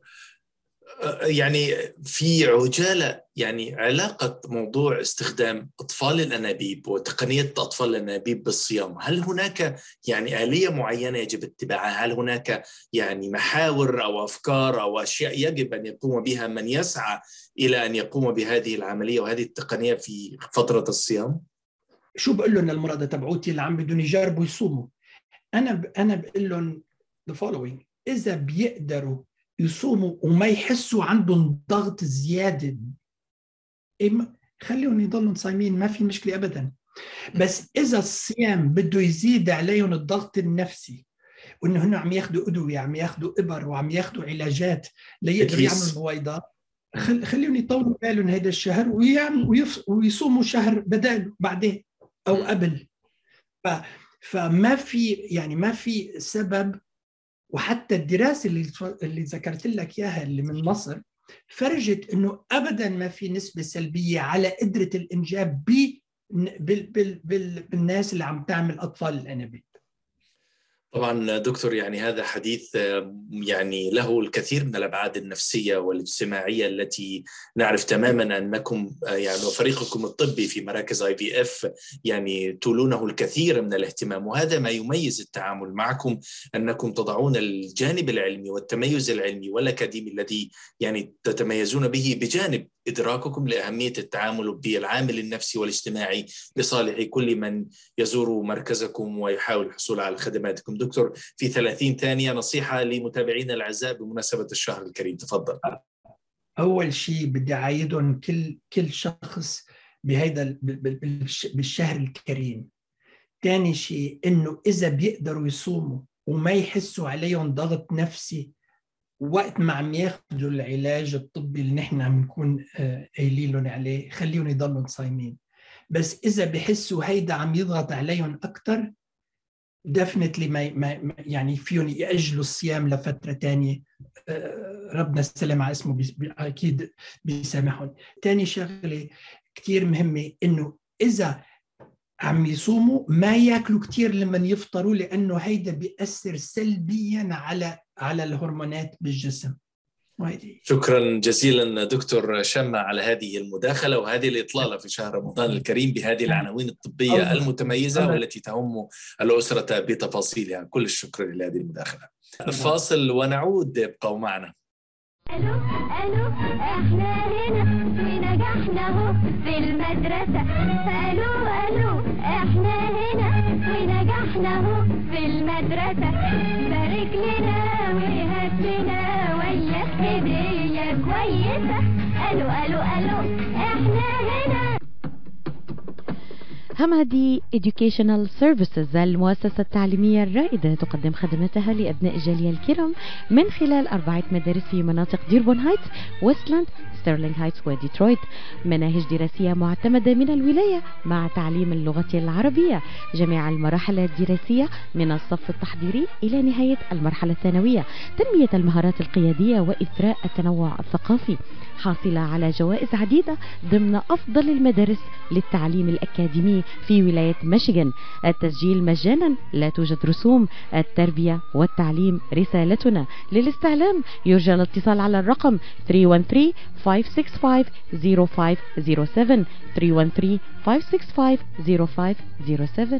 يعني في عجالة، يعني علاقة موضوع استخدام أطفال الأنابيب وتقنية أطفال الأنابيب بالصيام، هل هناك يعني آلية معينة يجب اتباعها؟ هل هناك يعني محاور أو أفكار أو أشياء يجب أن يقوم بها من يسعى إلى أن يقوم بهذه العملية وهذه التقنية في فترة الصيام؟ شو بقول لهم المرضى تبعوتي اللي عم بدهم يجربوا يصوموا؟ أنا ب... أنا بقول لهم the following: إذا بيقدروا يصوموا وما يحسوا عندهم ضغط زيادة خليهم يضلوا صايمين، ما في مشكلة أبدا. بس إذا الصيام بده يزيد عليهم الضغط النفسي وإنه هن عم ياخدوا أدوية، عم ياخدوا إبر وعم ياخدوا علاجات ليقدروا يعملوا بويضات، خليهم يطولوا بالهم هذا الشهر ويعملوا ويصوموا شهر بداله بعدين أو قبل. ف... فما في يعني ما في سبب. وحتى الدراسة اللي اللي ذكرت لك إياها اللي من مصر فرجت إنه أبداً ما في نسبة سلبية على قدرة الإنجاب بال بال بال بالناس اللي عم تعمل أطفال الأنابيب. طبعا دكتور، يعني هذا حديث يعني له الكثير من الأبعاد النفسية والاجتماعية التي نعرف تماما أنكم يعني وفريقكم الطبي في مراكز آي في إف يعني تولونه الكثير من الاهتمام، وهذا ما يميز التعامل معكم، أنكم تضعون الجانب العلمي والتميز العلمي والأكاديمي الذي يعني تتميزون به بجانب إدراككم لأهمية التعامل بالعامل النفسي والاجتماعي لصالح كل من يزور مركزكم ويحاول الحصول على خدماتكم. دكتور، في ثلاثين ثانية نصيحة لمتابعينا الأعزاء بمناسبة الشهر الكريم، تفضل. أول شيء بدي أعيدهم كل كل شخص بهذا بالشهر الكريم. ثاني شيء إنه إذا بيقدروا يصوموا وما يحسوا عليهم ضغط نفسي وقت ما عم ياخذوا العلاج الطبي اللي نحن عم نكون قايلين لهم عليه، خليهم يضلوا صايمين. بس إذا بحسوا هيدا عم يضغط عليهم أكتر definitely ما يعني فيهم يأجلوا الصيام لفترة تانية، ربنا السلام على اسمه أكيد بيسامحهم. تاني شغلة كتير مهمة إنه إذا عم يصوموا ما ياكلوا كتير لما يفطروا، لأنه هيدا بيأثر سلبيا على على الهرمونات بالجسم. شكرا جزيلا دكتور شمع على هذه المداخلة وهذه الإطلالة في شهر رمضان الكريم بهذه العناوين الطبية المتميزة والتي تهم الأسرة بتفاصيلها. كل الشكر لهذه المداخلة. الفاصل ونعود، ابقوا معنا. ألو ألو إحنا هنا ونجحنا هو في المدرسة. ألو ألو إحنا هنا ونجحنا هو في المدرسة. بارك لنا وهات لنا وياك هدية كويسة. ألو ألو ألو إحنا هنا. همدي Educational Services، المؤسسة التعليمية الرائدة تقدم خدماتها لأبناء الجالية الكرام من خلال أربعة مدارس في مناطق ديربون هايتس، ويستلاند، ستيرلينغ هايتس وديترويت. مناهج دراسية معتمدة من الولاية مع تعليم اللغة العربية، جميع المراحل الدراسية من الصف التحضيري إلى نهاية المرحلة الثانوية، تنمية المهارات القيادية وإثراء التنوع الثقافي، حاصلة على جوائز عديدة ضمن أفضل المدارس للتعليم الأكاديمي في ولاية ميشيغان. التسجيل مجانا، لا توجد رسوم. التربية والتعليم رسالتنا. للاستعلام يرجى الاتصال على الرقم ثلاثة واحد ثلاثة خمسة ستة خمسة صفر خمسة صفر سبعة ثلاثة واحد ثلاثة خمسة ستة خمسة صفر خمسة صفر سبعة.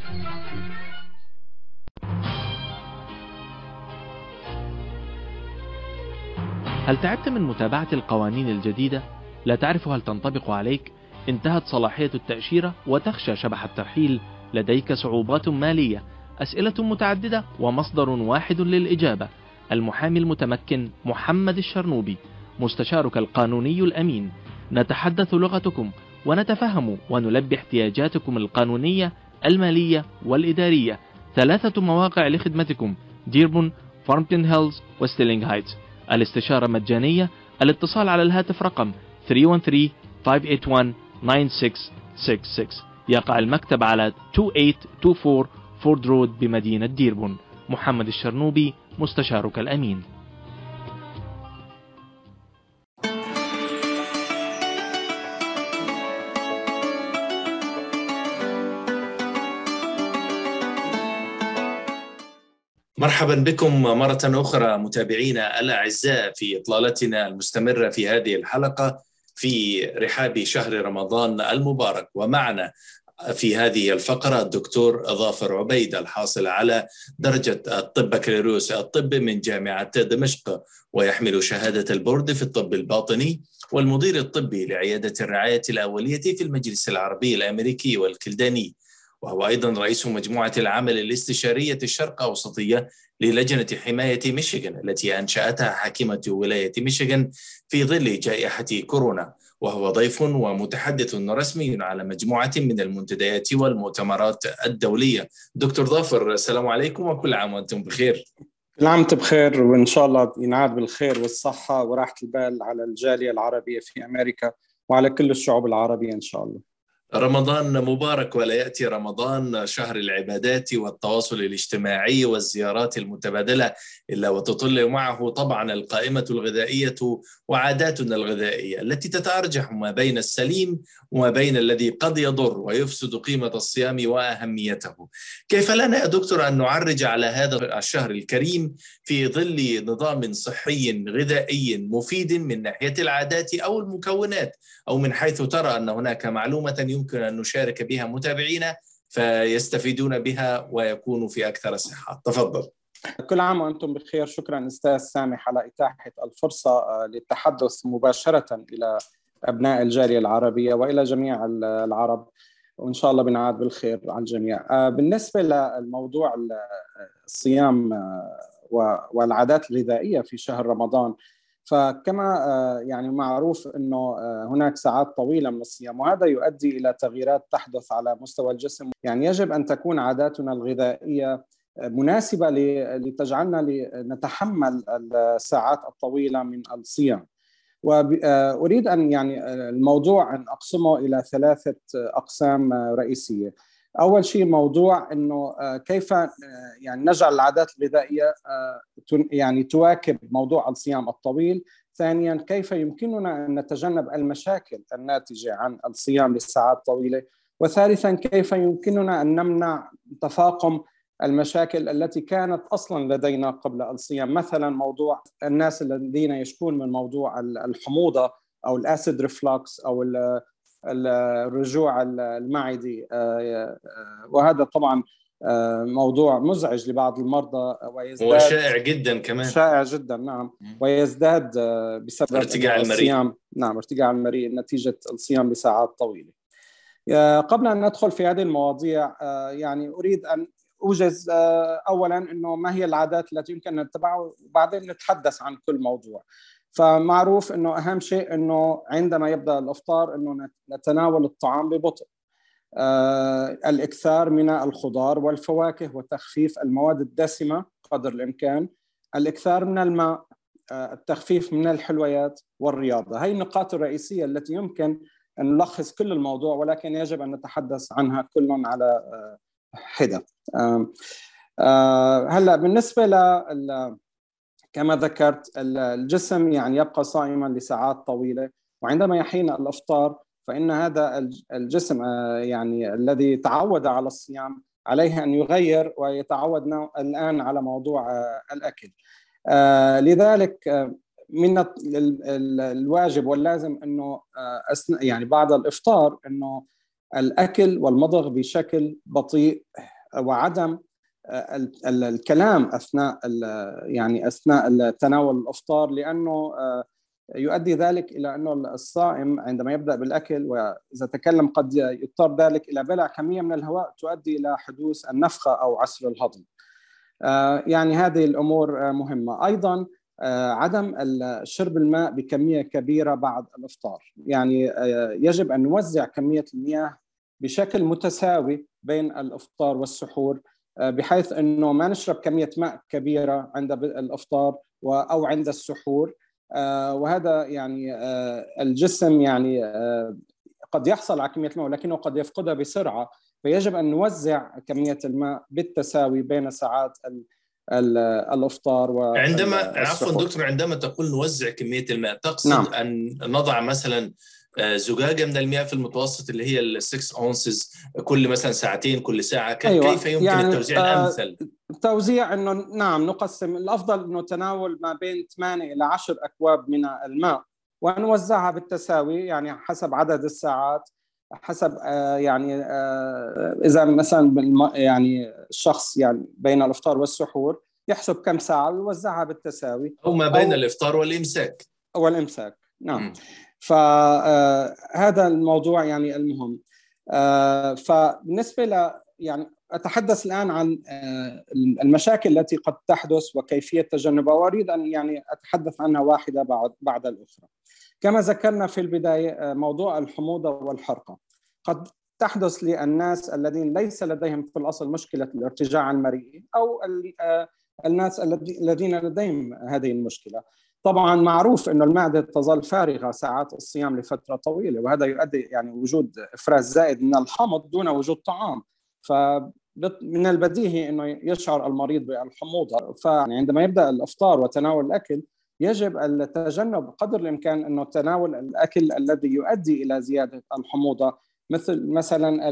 هل تعبت من متابعة القوانين الجديدة؟ لا تعرف هل تنطبق عليك؟ انتهت صلاحية التأشيرة وتخشى شبح الترحيل؟ لديك صعوبات مالية؟ أسئلة متعددة ومصدر واحد للإجابة. المحامي المتمكن محمد الشرنوبي، مستشارك القانوني الأمين. نتحدث لغتكم ونتفهم ونلبي احتياجاتكم القانونية، المالية والإدارية. ثلاثة مواقع لخدمتكم: ديربون، فارمتون هيلز وستيرلينغ هايتس. الاستشارة مجانية. الاتصال على الهاتف رقم ثلاثة واحد ثلاثة خمسة ثمانية واحد تسعة ستة ستة ستة. يقع المكتب على اثنين ثمانية اثنين أربعة فورد رود بمدينة ديربون. محمد الشرنوبي، مستشارك الأمين. مرحبا بكم مرة أخرى متابعينا الأعزاء في إطلالتنا المستمرة في هذه الحلقة في رحاب شهر رمضان المبارك. ومعنا في هذه الفقرة الدكتور ظافر عبيد، الحاصل على درجة الطب بكالوريوس الطب من جامعة دمشق، ويحمل شهادة البورد في الطب الباطني، والمدير الطبي لعيادة الرعاية الأولية في المجلس العربي الأمريكي والكلداني، وهو أيضا رئيس مجموعة العمل الاستشارية الشرق أوسطية للجنة حماية ميشيغان التي أنشأتها حاكمة ولاية ميشيغان في ظل جائحة كورونا، وهو ضيف ومتحدث رسمي على مجموعة من المنتديات والمؤتمرات الدولية. دكتور ظافر، السلام عليكم وكل عام وأنتم بخير. كل عام وأنتم بخير، وإن شاء الله ينعاد بالخير والصحة وراحة البال على الجالية العربية في أمريكا وعلى كل الشعوب العربية إن شاء الله. رمضان مبارك، ولا يأتي رمضان شهر العبادات والتواصل الاجتماعي والزيارات المتبادلة إلا وتطل معه طبعا القائمة الغذائية وعاداتنا الغذائية التي تتأرجح ما بين السليم وما بين الذي قد يضر ويفسد قيمة الصيام وأهميته. كيف لنا يا دكتور أن نعرج على هذا الشهر الكريم في ظل نظام صحي غذائي مفيد من ناحية العادات أو المكونات، أو من حيث ترى أن هناك معلومة يمكن أن نشارك بها متابعينا فيستفيدون بها ويكونوا في أكثر صحة؟ تفضل. كل عام وأنتم بخير. شكرا أستاذ سامح على إتاحة الفرصة للتحدث مباشرة إلى أبناء الجالية العربية وإلى جميع العرب، وإن شاء الله بنعاد بالخير على الجميع. بالنسبة للموضوع الصيام والعادات الغذائية في شهر رمضان، فكما يعني معروف أنه هناك ساعات طويلة من الصيام، وهذا يؤدي إلى تغييرات تحدث على مستوى الجسم. يعني يجب أن تكون عاداتنا الغذائية مناسبة لتجعلنا نتحمل الساعات الطويلة من الصيام. وأريد أن يعني الموضوع أن أقسمه إلى ثلاثة أقسام رئيسية. أول شيء موضوع أنه كيف يعني نجعل العادات الغذائية يعني تواكب موضوع الصيام الطويل. ثانياً، كيف يمكننا أن نتجنب المشاكل الناتجة عن الصيام لساعات طويلة. وثالثاً، كيف يمكننا أن نمنع تفاقم المشاكل التي كانت أصلاً لدينا قبل الصيام، مثلاً موضوع الناس الذين يشكون من موضوع الحموضة أو الأسيد ريفلكس أو الرجوع المعدي، وهذا طبعا موضوع مزعج لبعض المرضى ويزداد وشائع جدا كمان شائع جدا نعم ويزداد بسبب ارتجاع الصيام نعم ارتجاع المريء نتيجة الصيام لساعات طويلة. قبل أن ندخل في هذه المواضيع يعني أريد أن أوجز أولا أنه ما هي العادات التي يمكن أن نتبعها، وبعدين نتحدث عن كل موضوع. فمعروف أنه أهم شيء أنه عندما يبدأ الإفطار أنه نتناول الطعام ببطء، آه، الإكثار من الخضار والفواكه وتخفيف المواد الدسمة قدر الإمكان، الإكثار من الماء، آه، التخفيف من الحلويات والرياضة. هاي النقاط الرئيسية التي يمكن أن نلخص كل الموضوع، ولكن يجب أن نتحدث عنها كل على آه، حدة. آه، آه، هلأ بالنسبة ل كما ذكرت الجسم يعني يبقى صائما لساعات طويلة، وعندما يحين الإفطار فإن هذا الجسم يعني الذي تعود على الصيام عليه أن يغير ويتعود الآن على موضوع الأكل. لذلك من الواجب واللازم أنه يعني بعد الإفطار أنه الأكل والمضغ بشكل بطيء، وعدم الكلام أثناء يعني أثناء تناول الإفطار، لأنه يؤدي ذلك إلى أنه الصائم عندما يبدأ بالأكل وإذا تكلم قد يضطر ذلك إلى بلع كمية من الهواء تؤدي إلى حدوث النفخة أو عسر الهضم. يعني هذه الأمور مهمة. أيضا عدم شرب الماء بكمية كبيرة بعد الإفطار، يعني يجب أن نوزع كمية المياه بشكل متساوي بين الإفطار والسحور، بحيث أنه ما نشرب كمية ماء كبيرة عند الإفطار أو عند السحور، وهذا يعني الجسم يعني قد يحصل على كمية الماء ولكنه قد يفقدها بسرعة، فيجب أن نوزع كمية الماء بالتساوي بين ساعات الإفطار والسحور. عندما عفوا دكتور، عندما تقول نوزع كمية الماء تقصد نعم. أن نضع مثلا زجاجة من المياه في المتوسط اللي هي السكس أونسز كل مثلا ساعتين كل ساعة، أيوة. كيف يمكن يعني التوزيع الأمثل؟ توزيع أنه نعم نقسم، الأفضل أنه تناول ما بين ثمانية إلى عشر أكواب من الماء ونوزعها بالتساوي، يعني حسب عدد الساعات، حسب آه يعني آه إذا مثلا يعني الشخص يعني بين الإفطار والسحور يحسب كم ساعة ويوزعها بالتساوي، أو ما بين أو الإفطار والإمساك والإمساك نعم م. فهذا الموضوع يعني المهم. فبالنسبة ل يعني أتحدث الآن عن المشاكل التي قد تحدث وكيفية تجنبها، وأريد أن يعني أتحدث عنها واحدة بعد بعد الأخرى. كما ذكرنا في البداية موضوع الحموضة والحرقة قد تحدث للناس الذين ليس لديهم في الأصل مشكلة الارتجاع المريئي، أو الناس الذين لديهم هذه المشكلة. طبعا معروف أن المعدة تظل فارغة ساعات الصيام لفترة طويلة، وهذا يؤدي يعني وجود إفراز زائد من الحمض دون وجود طعام، فمن البديهي أنه يشعر المريض بالحموضة. فعندما يبدأ الإفطار وتناول الأكل يجب التجنب قدر الإمكان أنه تناول الأكل الذي يؤدي إلى زيادة الحموضة، مثل مثلا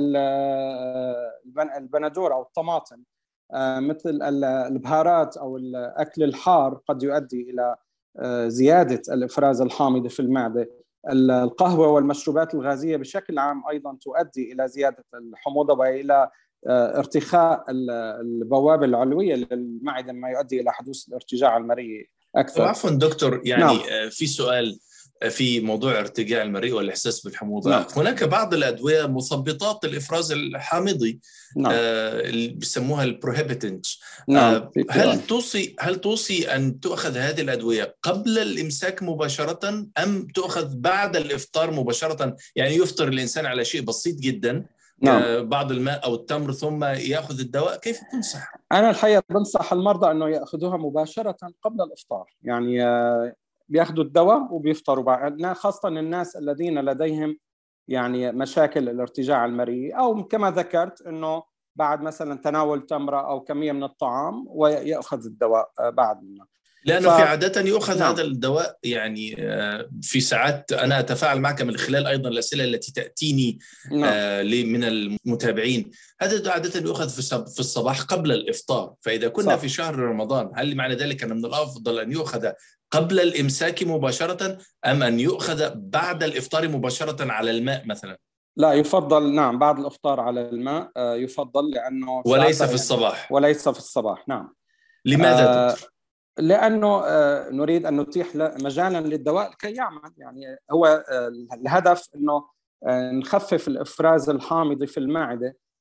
البندورة أو الطماطم، مثل البهارات أو الأكل الحار قد يؤدي إلى زيادة الإفراز الحامضي في المعدة. القهوة والمشروبات الغازية بشكل عام أيضا تؤدي إلى زيادة الحموضة وإلى ارتخاء البوابة العلوية للمعدة، ما يؤدي إلى حدوث الارتجاع المريء أكثر. عفوا دكتور، يعني نعم. في سؤال في موضوع ارتجاع المريء والإحساس بالحموضة. نعم. هناك بعض الأدوية مثبطات الإفراز الحامضي، نعم. آه اللي بيسموها البروهيبيتنتس. نعم. آه هل توصي هل توصي أن تؤخذ هذه الأدوية قبل الإمساك مباشرة أم تؤخذ بعد الإفطار مباشرة؟ يعني يفطر الإنسان على شيء بسيط جدا، نعم. آه بعض الماء أو التمر، ثم يأخذ الدواء. كيف تنصح؟ أنا الحقيقة بنصح المرضى أنه يأخذوها مباشرة قبل الإفطار، يعني آه بياخذوا الدواء وبيفطروا بعد، خاصة الناس الذين لديهم يعني مشاكل الارتجاع المريء، أو كما ذكرت أنه بعد مثلا تناول تمرة أو كمية من الطعام ويأخذ الدواء بعد منه. لأنه ف... في عادة يؤخذ نعم. هذا الدواء يعني في ساعات. أنا أتفاعل معك من خلال أيضا الأسئلة التي تأتيني نعم. من المتابعين. هذا عادة يؤخذ في الصباح قبل الإفطار، فإذا كنا صح. في شهر رمضان، هل معنى ذلك أن من الأفضل أن يؤخذ قبل الإمساك مباشرة أم أن يؤخذ بعد الإفطار مباشرة على الماء مثلا؟ لا، يفضل نعم بعد الإفطار على الماء، يفضل، لأنه وليس في الصباح. وليس في الصباح نعم. لماذا آه لأنه آه نريد أن نتيح مجالا للدواء كي يعمل. يعني هو آه الهدف أنه آه نخفف الإفراز الحامضي في المعدة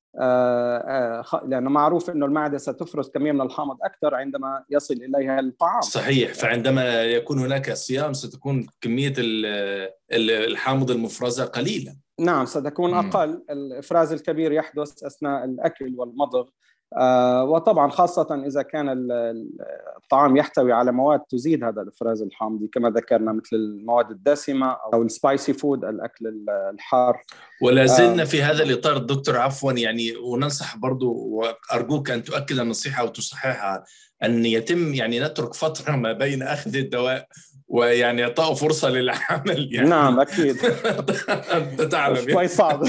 لأنه معروف أنه المعدة ستفرز كمية من الحامض أكثر عندما يصل إليها الطعام. صحيح، فعندما يكون هناك صيام ستكون كمية الحامض المفرزة قليلة. نعم، ستكون أقل. الإفراز الكبير يحدث أثناء الأكل والمضغ، آه وطبعا خاصة إذا كان الطعام يحتوي على مواد تزيد هذا الإفراز الحامضي كما ذكرنا، مثل المواد الدسمة أو السبايسي فود، الأكل الحار. ولا زلنا آه في هذا الإطار الدكتور عفوا يعني، وننصح برضو وأرجوك أن تؤكد النصيحة وتصححها، أن يتم يعني نترك فترة ما بين أخذ الدواء ويعني يعطوا فرصة للعمل يعني. نعم أكيد. أنت تعلم شوي صعب.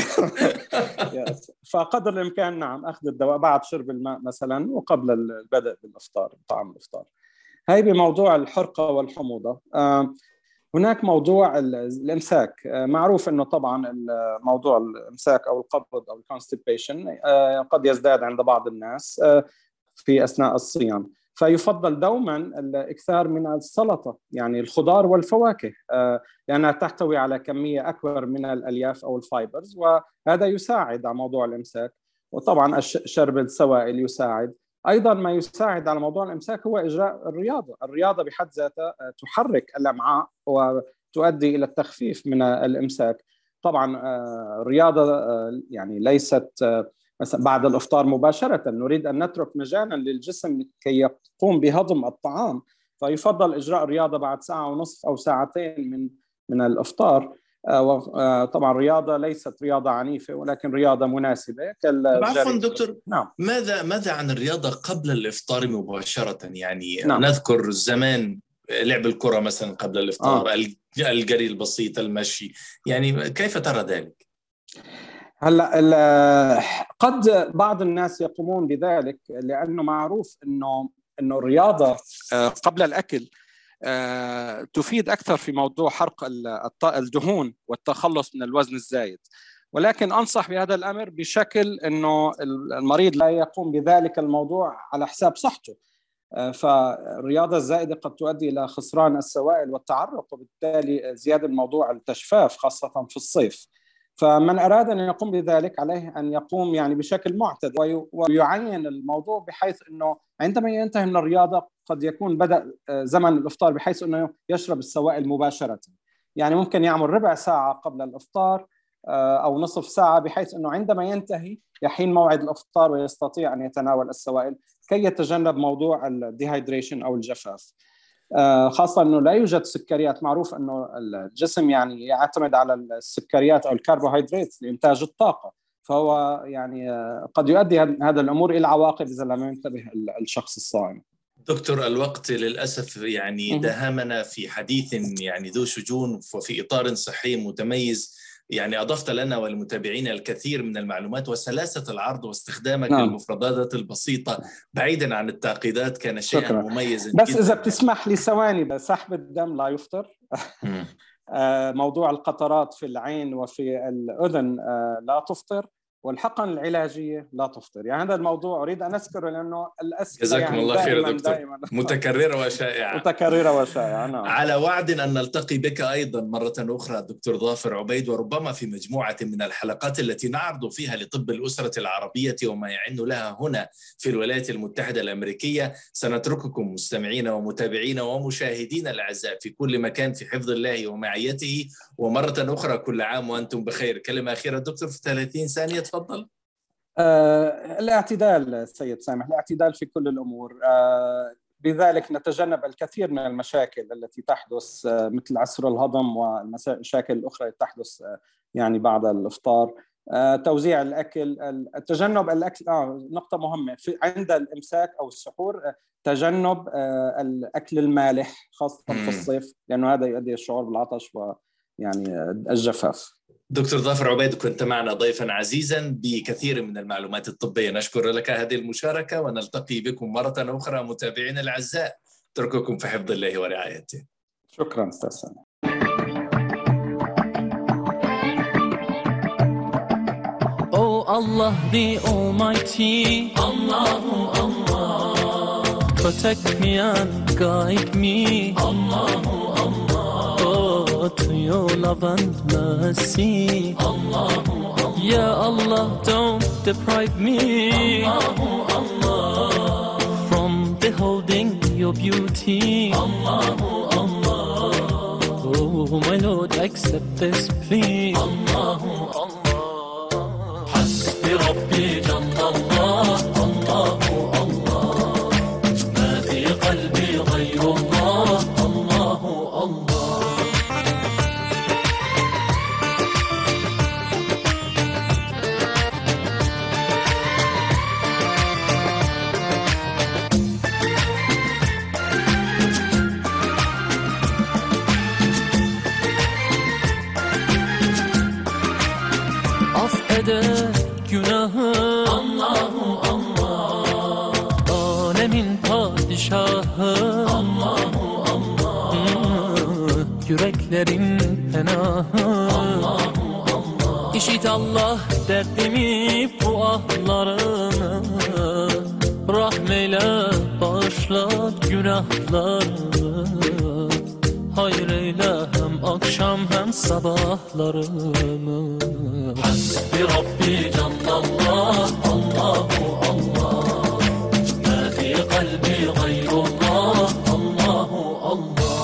فقدر الإمكان نعم أخذ الدواء بعد شرب الماء مثلا وقبل البدء بالإفطار، طعام الإفطار. هاي بموضوع الحرقة والحموضة. هناك موضوع الإمساك. معروف أنه طبعا موضوع الإمساك أو القبض أو الكونستيبيشن قد يزداد عند بعض الناس في أثناء الصيام، فيفضل دوما الإكثار من السلطة، يعني الخضار والفواكه، لأنها تحتوي على كمية أكبر من الألياف أو الفايبرز، وهذا يساعد على موضوع الإمساك. وطبعا شرب السوائل يساعد. أيضا ما يساعد على موضوع الإمساك هو إجراء الرياضة. الرياضة بحد ذاتها تحرك الأمعاء وتؤدي إلى التخفيف من الإمساك. طبعا الرياضة يعني ليست مثلا بعد الإفطار مباشرة، نريد أن نترك مجالا للجسم كي يقوم بهضم الطعام، فيفضل إجراء الرياضة بعد ساعة ونصف أو ساعتين من من الإفطار. طبعا الرياضة ليست رياضة عنيفة ولكن رياضة مناسبة. عفوا دكتور، نعم. ماذا ماذا عن الرياضة قبل الإفطار مباشرة؟ يعني نعم. نذكر زمان لعب الكرة مثلا قبل الإفطار، آه. الجري البسيط، المشي، يعني كيف ترى ذلك؟ هلا قد بعض الناس يقومون بذلك، لأنه معروف إنه إنه الرياضة قبل الأكل تفيد أكثر في موضوع حرق الدهون والتخلص من الوزن الزايد. ولكن أنصح بهذا الأمر بشكل إنه المريض لا يقوم بذلك الموضوع على حساب صحته. فالرياضة الزائدة قد تؤدي إلى خسران السوائل والتعرق، وبالتالي زيادة موضوع التجفاف خاصة في الصيف. فمن أراد أن يقوم بذلك عليه أن يقوم يعني بشكل معتدل ويعين الموضوع، بحيث أنه عندما ينتهي من الرياضة قد يكون بدأ زمن الإفطار، بحيث أنه يشرب السوائل مباشرة. يعني ممكن يعمل ربع ساعة قبل الإفطار أو نصف ساعة، بحيث أنه عندما ينتهي يحين موعد الإفطار ويستطيع أن يتناول السوائل كي يتجنب موضوع الديهايدريشن أو الجفاف. خاصة أنه لا يوجد سكريات. معروف أنه الجسم يعني يعتمد على السكريات أو الكربوهيدرات لإنتاج الطاقة، فهو يعني قد يؤدي هذا الأمور إلى عواقب إذا لم ينتبه الشخص الصائم. دكتور، الوقت للأسف يعني داهمنا في حديث يعني ذو شجون وفي إطار صحي متميز. يعني أضفت لنا والمتابعين الكثير من المعلومات وسلاسة العرض، واستخدامك نعم. للمفردات البسيطة بعيدا عن التعقيدات كان شيئا شكرا. مميزا بس جدا. إذا بتسمح لي ثواني، سحب الدم لا يفطر. موضوع القطرات في العين وفي الأذن لا تفطر، والحقن العلاجية لا تفطر. يعني هذا الموضوع أريد أن أذكره لأنه الأسئلة جزاكم يعني الله خير دائما دكتور. دائما متكررة وشائعة متكررة وشائعة نعم. على وعد أن نلتقي بك أيضا مرة أخرى دكتور ظافر عبيد، وربما في مجموعة من الحلقات التي نعرض فيها لطب الأسرة العربية وما يعن لها هنا في الولايات المتحدة الأمريكية. سنترككم مستمعين ومتابعين ومشاهدين الأعزاء في كل مكان في حفظ الله ومعيته، ومرة أخرى كل عام وأنتم بخير. كلمة أخيرة دكتور في ثلاثين ثانية تفضل. آه، الاعتدال سيد سامح، الاعتدال في كل الأمور. آه، بذلك نتجنب الكثير من المشاكل التي تحدث آه، مثل عسر الهضم والمشاكل الأخرى التي تحدث آه، يعني بعد الإفطار. آه، توزيع الأكل، التجنب الأكل آه، نقطة مهمة في عند الإمساك أو السحور. آه، تجنب آه، الأكل المالح خاصة في الصيف، لأنه هذا يؤدي الشعور بالعطش ويعني آه، الجفاف. دكتور ظافر عبيد، كنت معنا ضيفا عزيزا بكثير من المعلومات الطبية. نشكر لك هذه المشاركة، ونلتقي بكم مرة أخرى متابعينا الأعزاء. ترككم في حفظ الله ورعايته. شكرا أستاذ سامح. Oh Allah the Almighty, Allahu Allah, protect me and guide me, Allahu Allah. Oh to your love and mercy. Allahu Allah. Ya Allah, don't deprive me Allahu Allah from beholding your beauty. Allahu Allah. Oh my Lord, accept this plea. Allahu Allah. Hasbi Rabbi Jalla Allah. Allahu Allah. Ma fi qalbi ghayru Allah. Allahu Allah. Günahı Allahu Allah, alemin padişahı Allahu Allah, yüreklerin penahı Allahu Allah. İşit Allah derdimi, bu ahlarımı, rahmeyle bağışla günahlarımı, hayır eyle hem akşam hem sabahlarımı. Hasbi Rabbi Callallah. Allahu Allah. Ma fi kalbi gayrullah. Allahu Allah.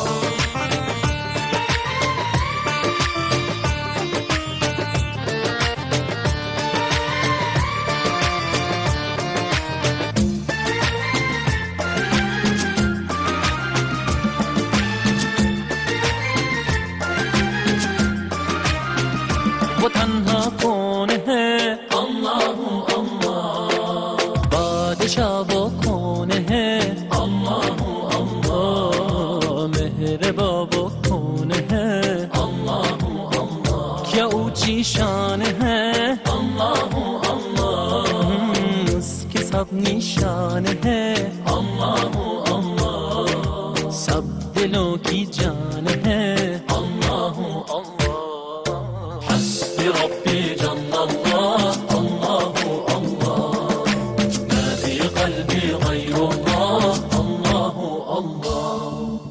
वो तन्हा कौन है अल्लाहु अल्लाह, बादशाह वो कौन है अल्लाहु अल्लाह, मेहरबा वो कौन है अल्लाहु अल्लाह, क्या ऊंची शान है अल्लाहु अल्लाह, उसकी सब निशान है अल्लाहु अल्लाह, सब दिलों की जान है अल्लाहु अल्लाह. ربي جل الله. الله الله. ما في قلبي غير الله. الله الله.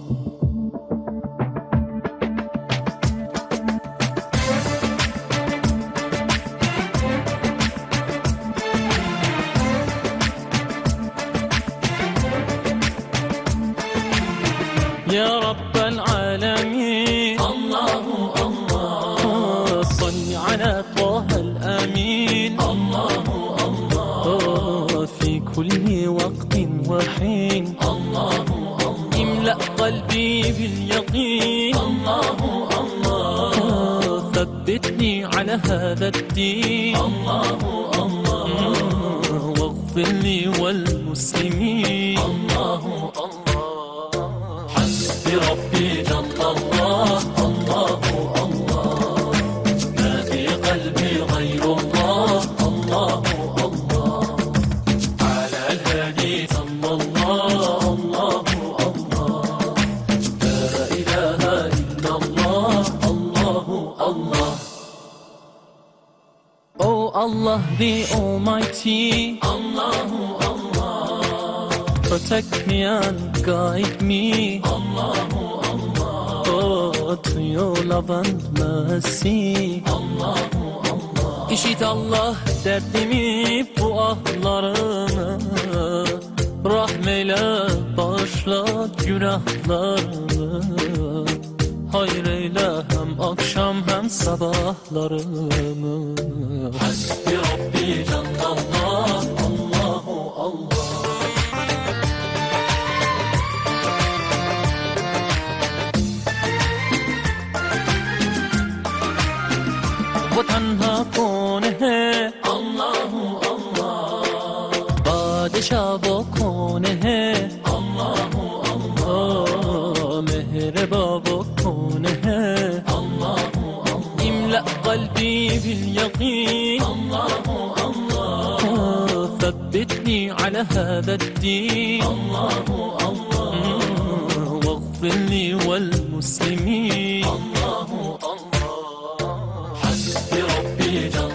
يا رب العالمين الله الله، صل على طه الأمين الله الله، في كل وقت وحين الله الله، املأ قلبي باليقين الله الله، ثبتني على هذا الدين الله الله، واغفر لي والمسلمين الله الله. حسبي ربي جل الله. الله الله. ما في قلبي غير الله. الله الله. على الهادي صلى الله. الله الله. لا إله إلا الله. الله الله. Oh Allah the Almighty. Allah Allah. Protect me and guide me. Allah Allah. Oh, to your love and mercy. Allah Allah. İşit Allah derdimi, bu ahlarımı, rahmeyle bağışla günahlarımı, hayır eyle hem akşam hem sabahlarımı. Hasbi Rabbi Callallah. Allahu Allah. वो तन्हा कौन है अल्लाहु अल्लाह, बादशाह वो कौन है अल्लाहु अल्लाह, मेहरबा वो कौन है अल्लाहु अल्लाह, इमला قلبي باليقين الله الله، ثبتني على هذا الدين الله الله، واغفر لي والمسلمين الله الله. حسبي ربي جل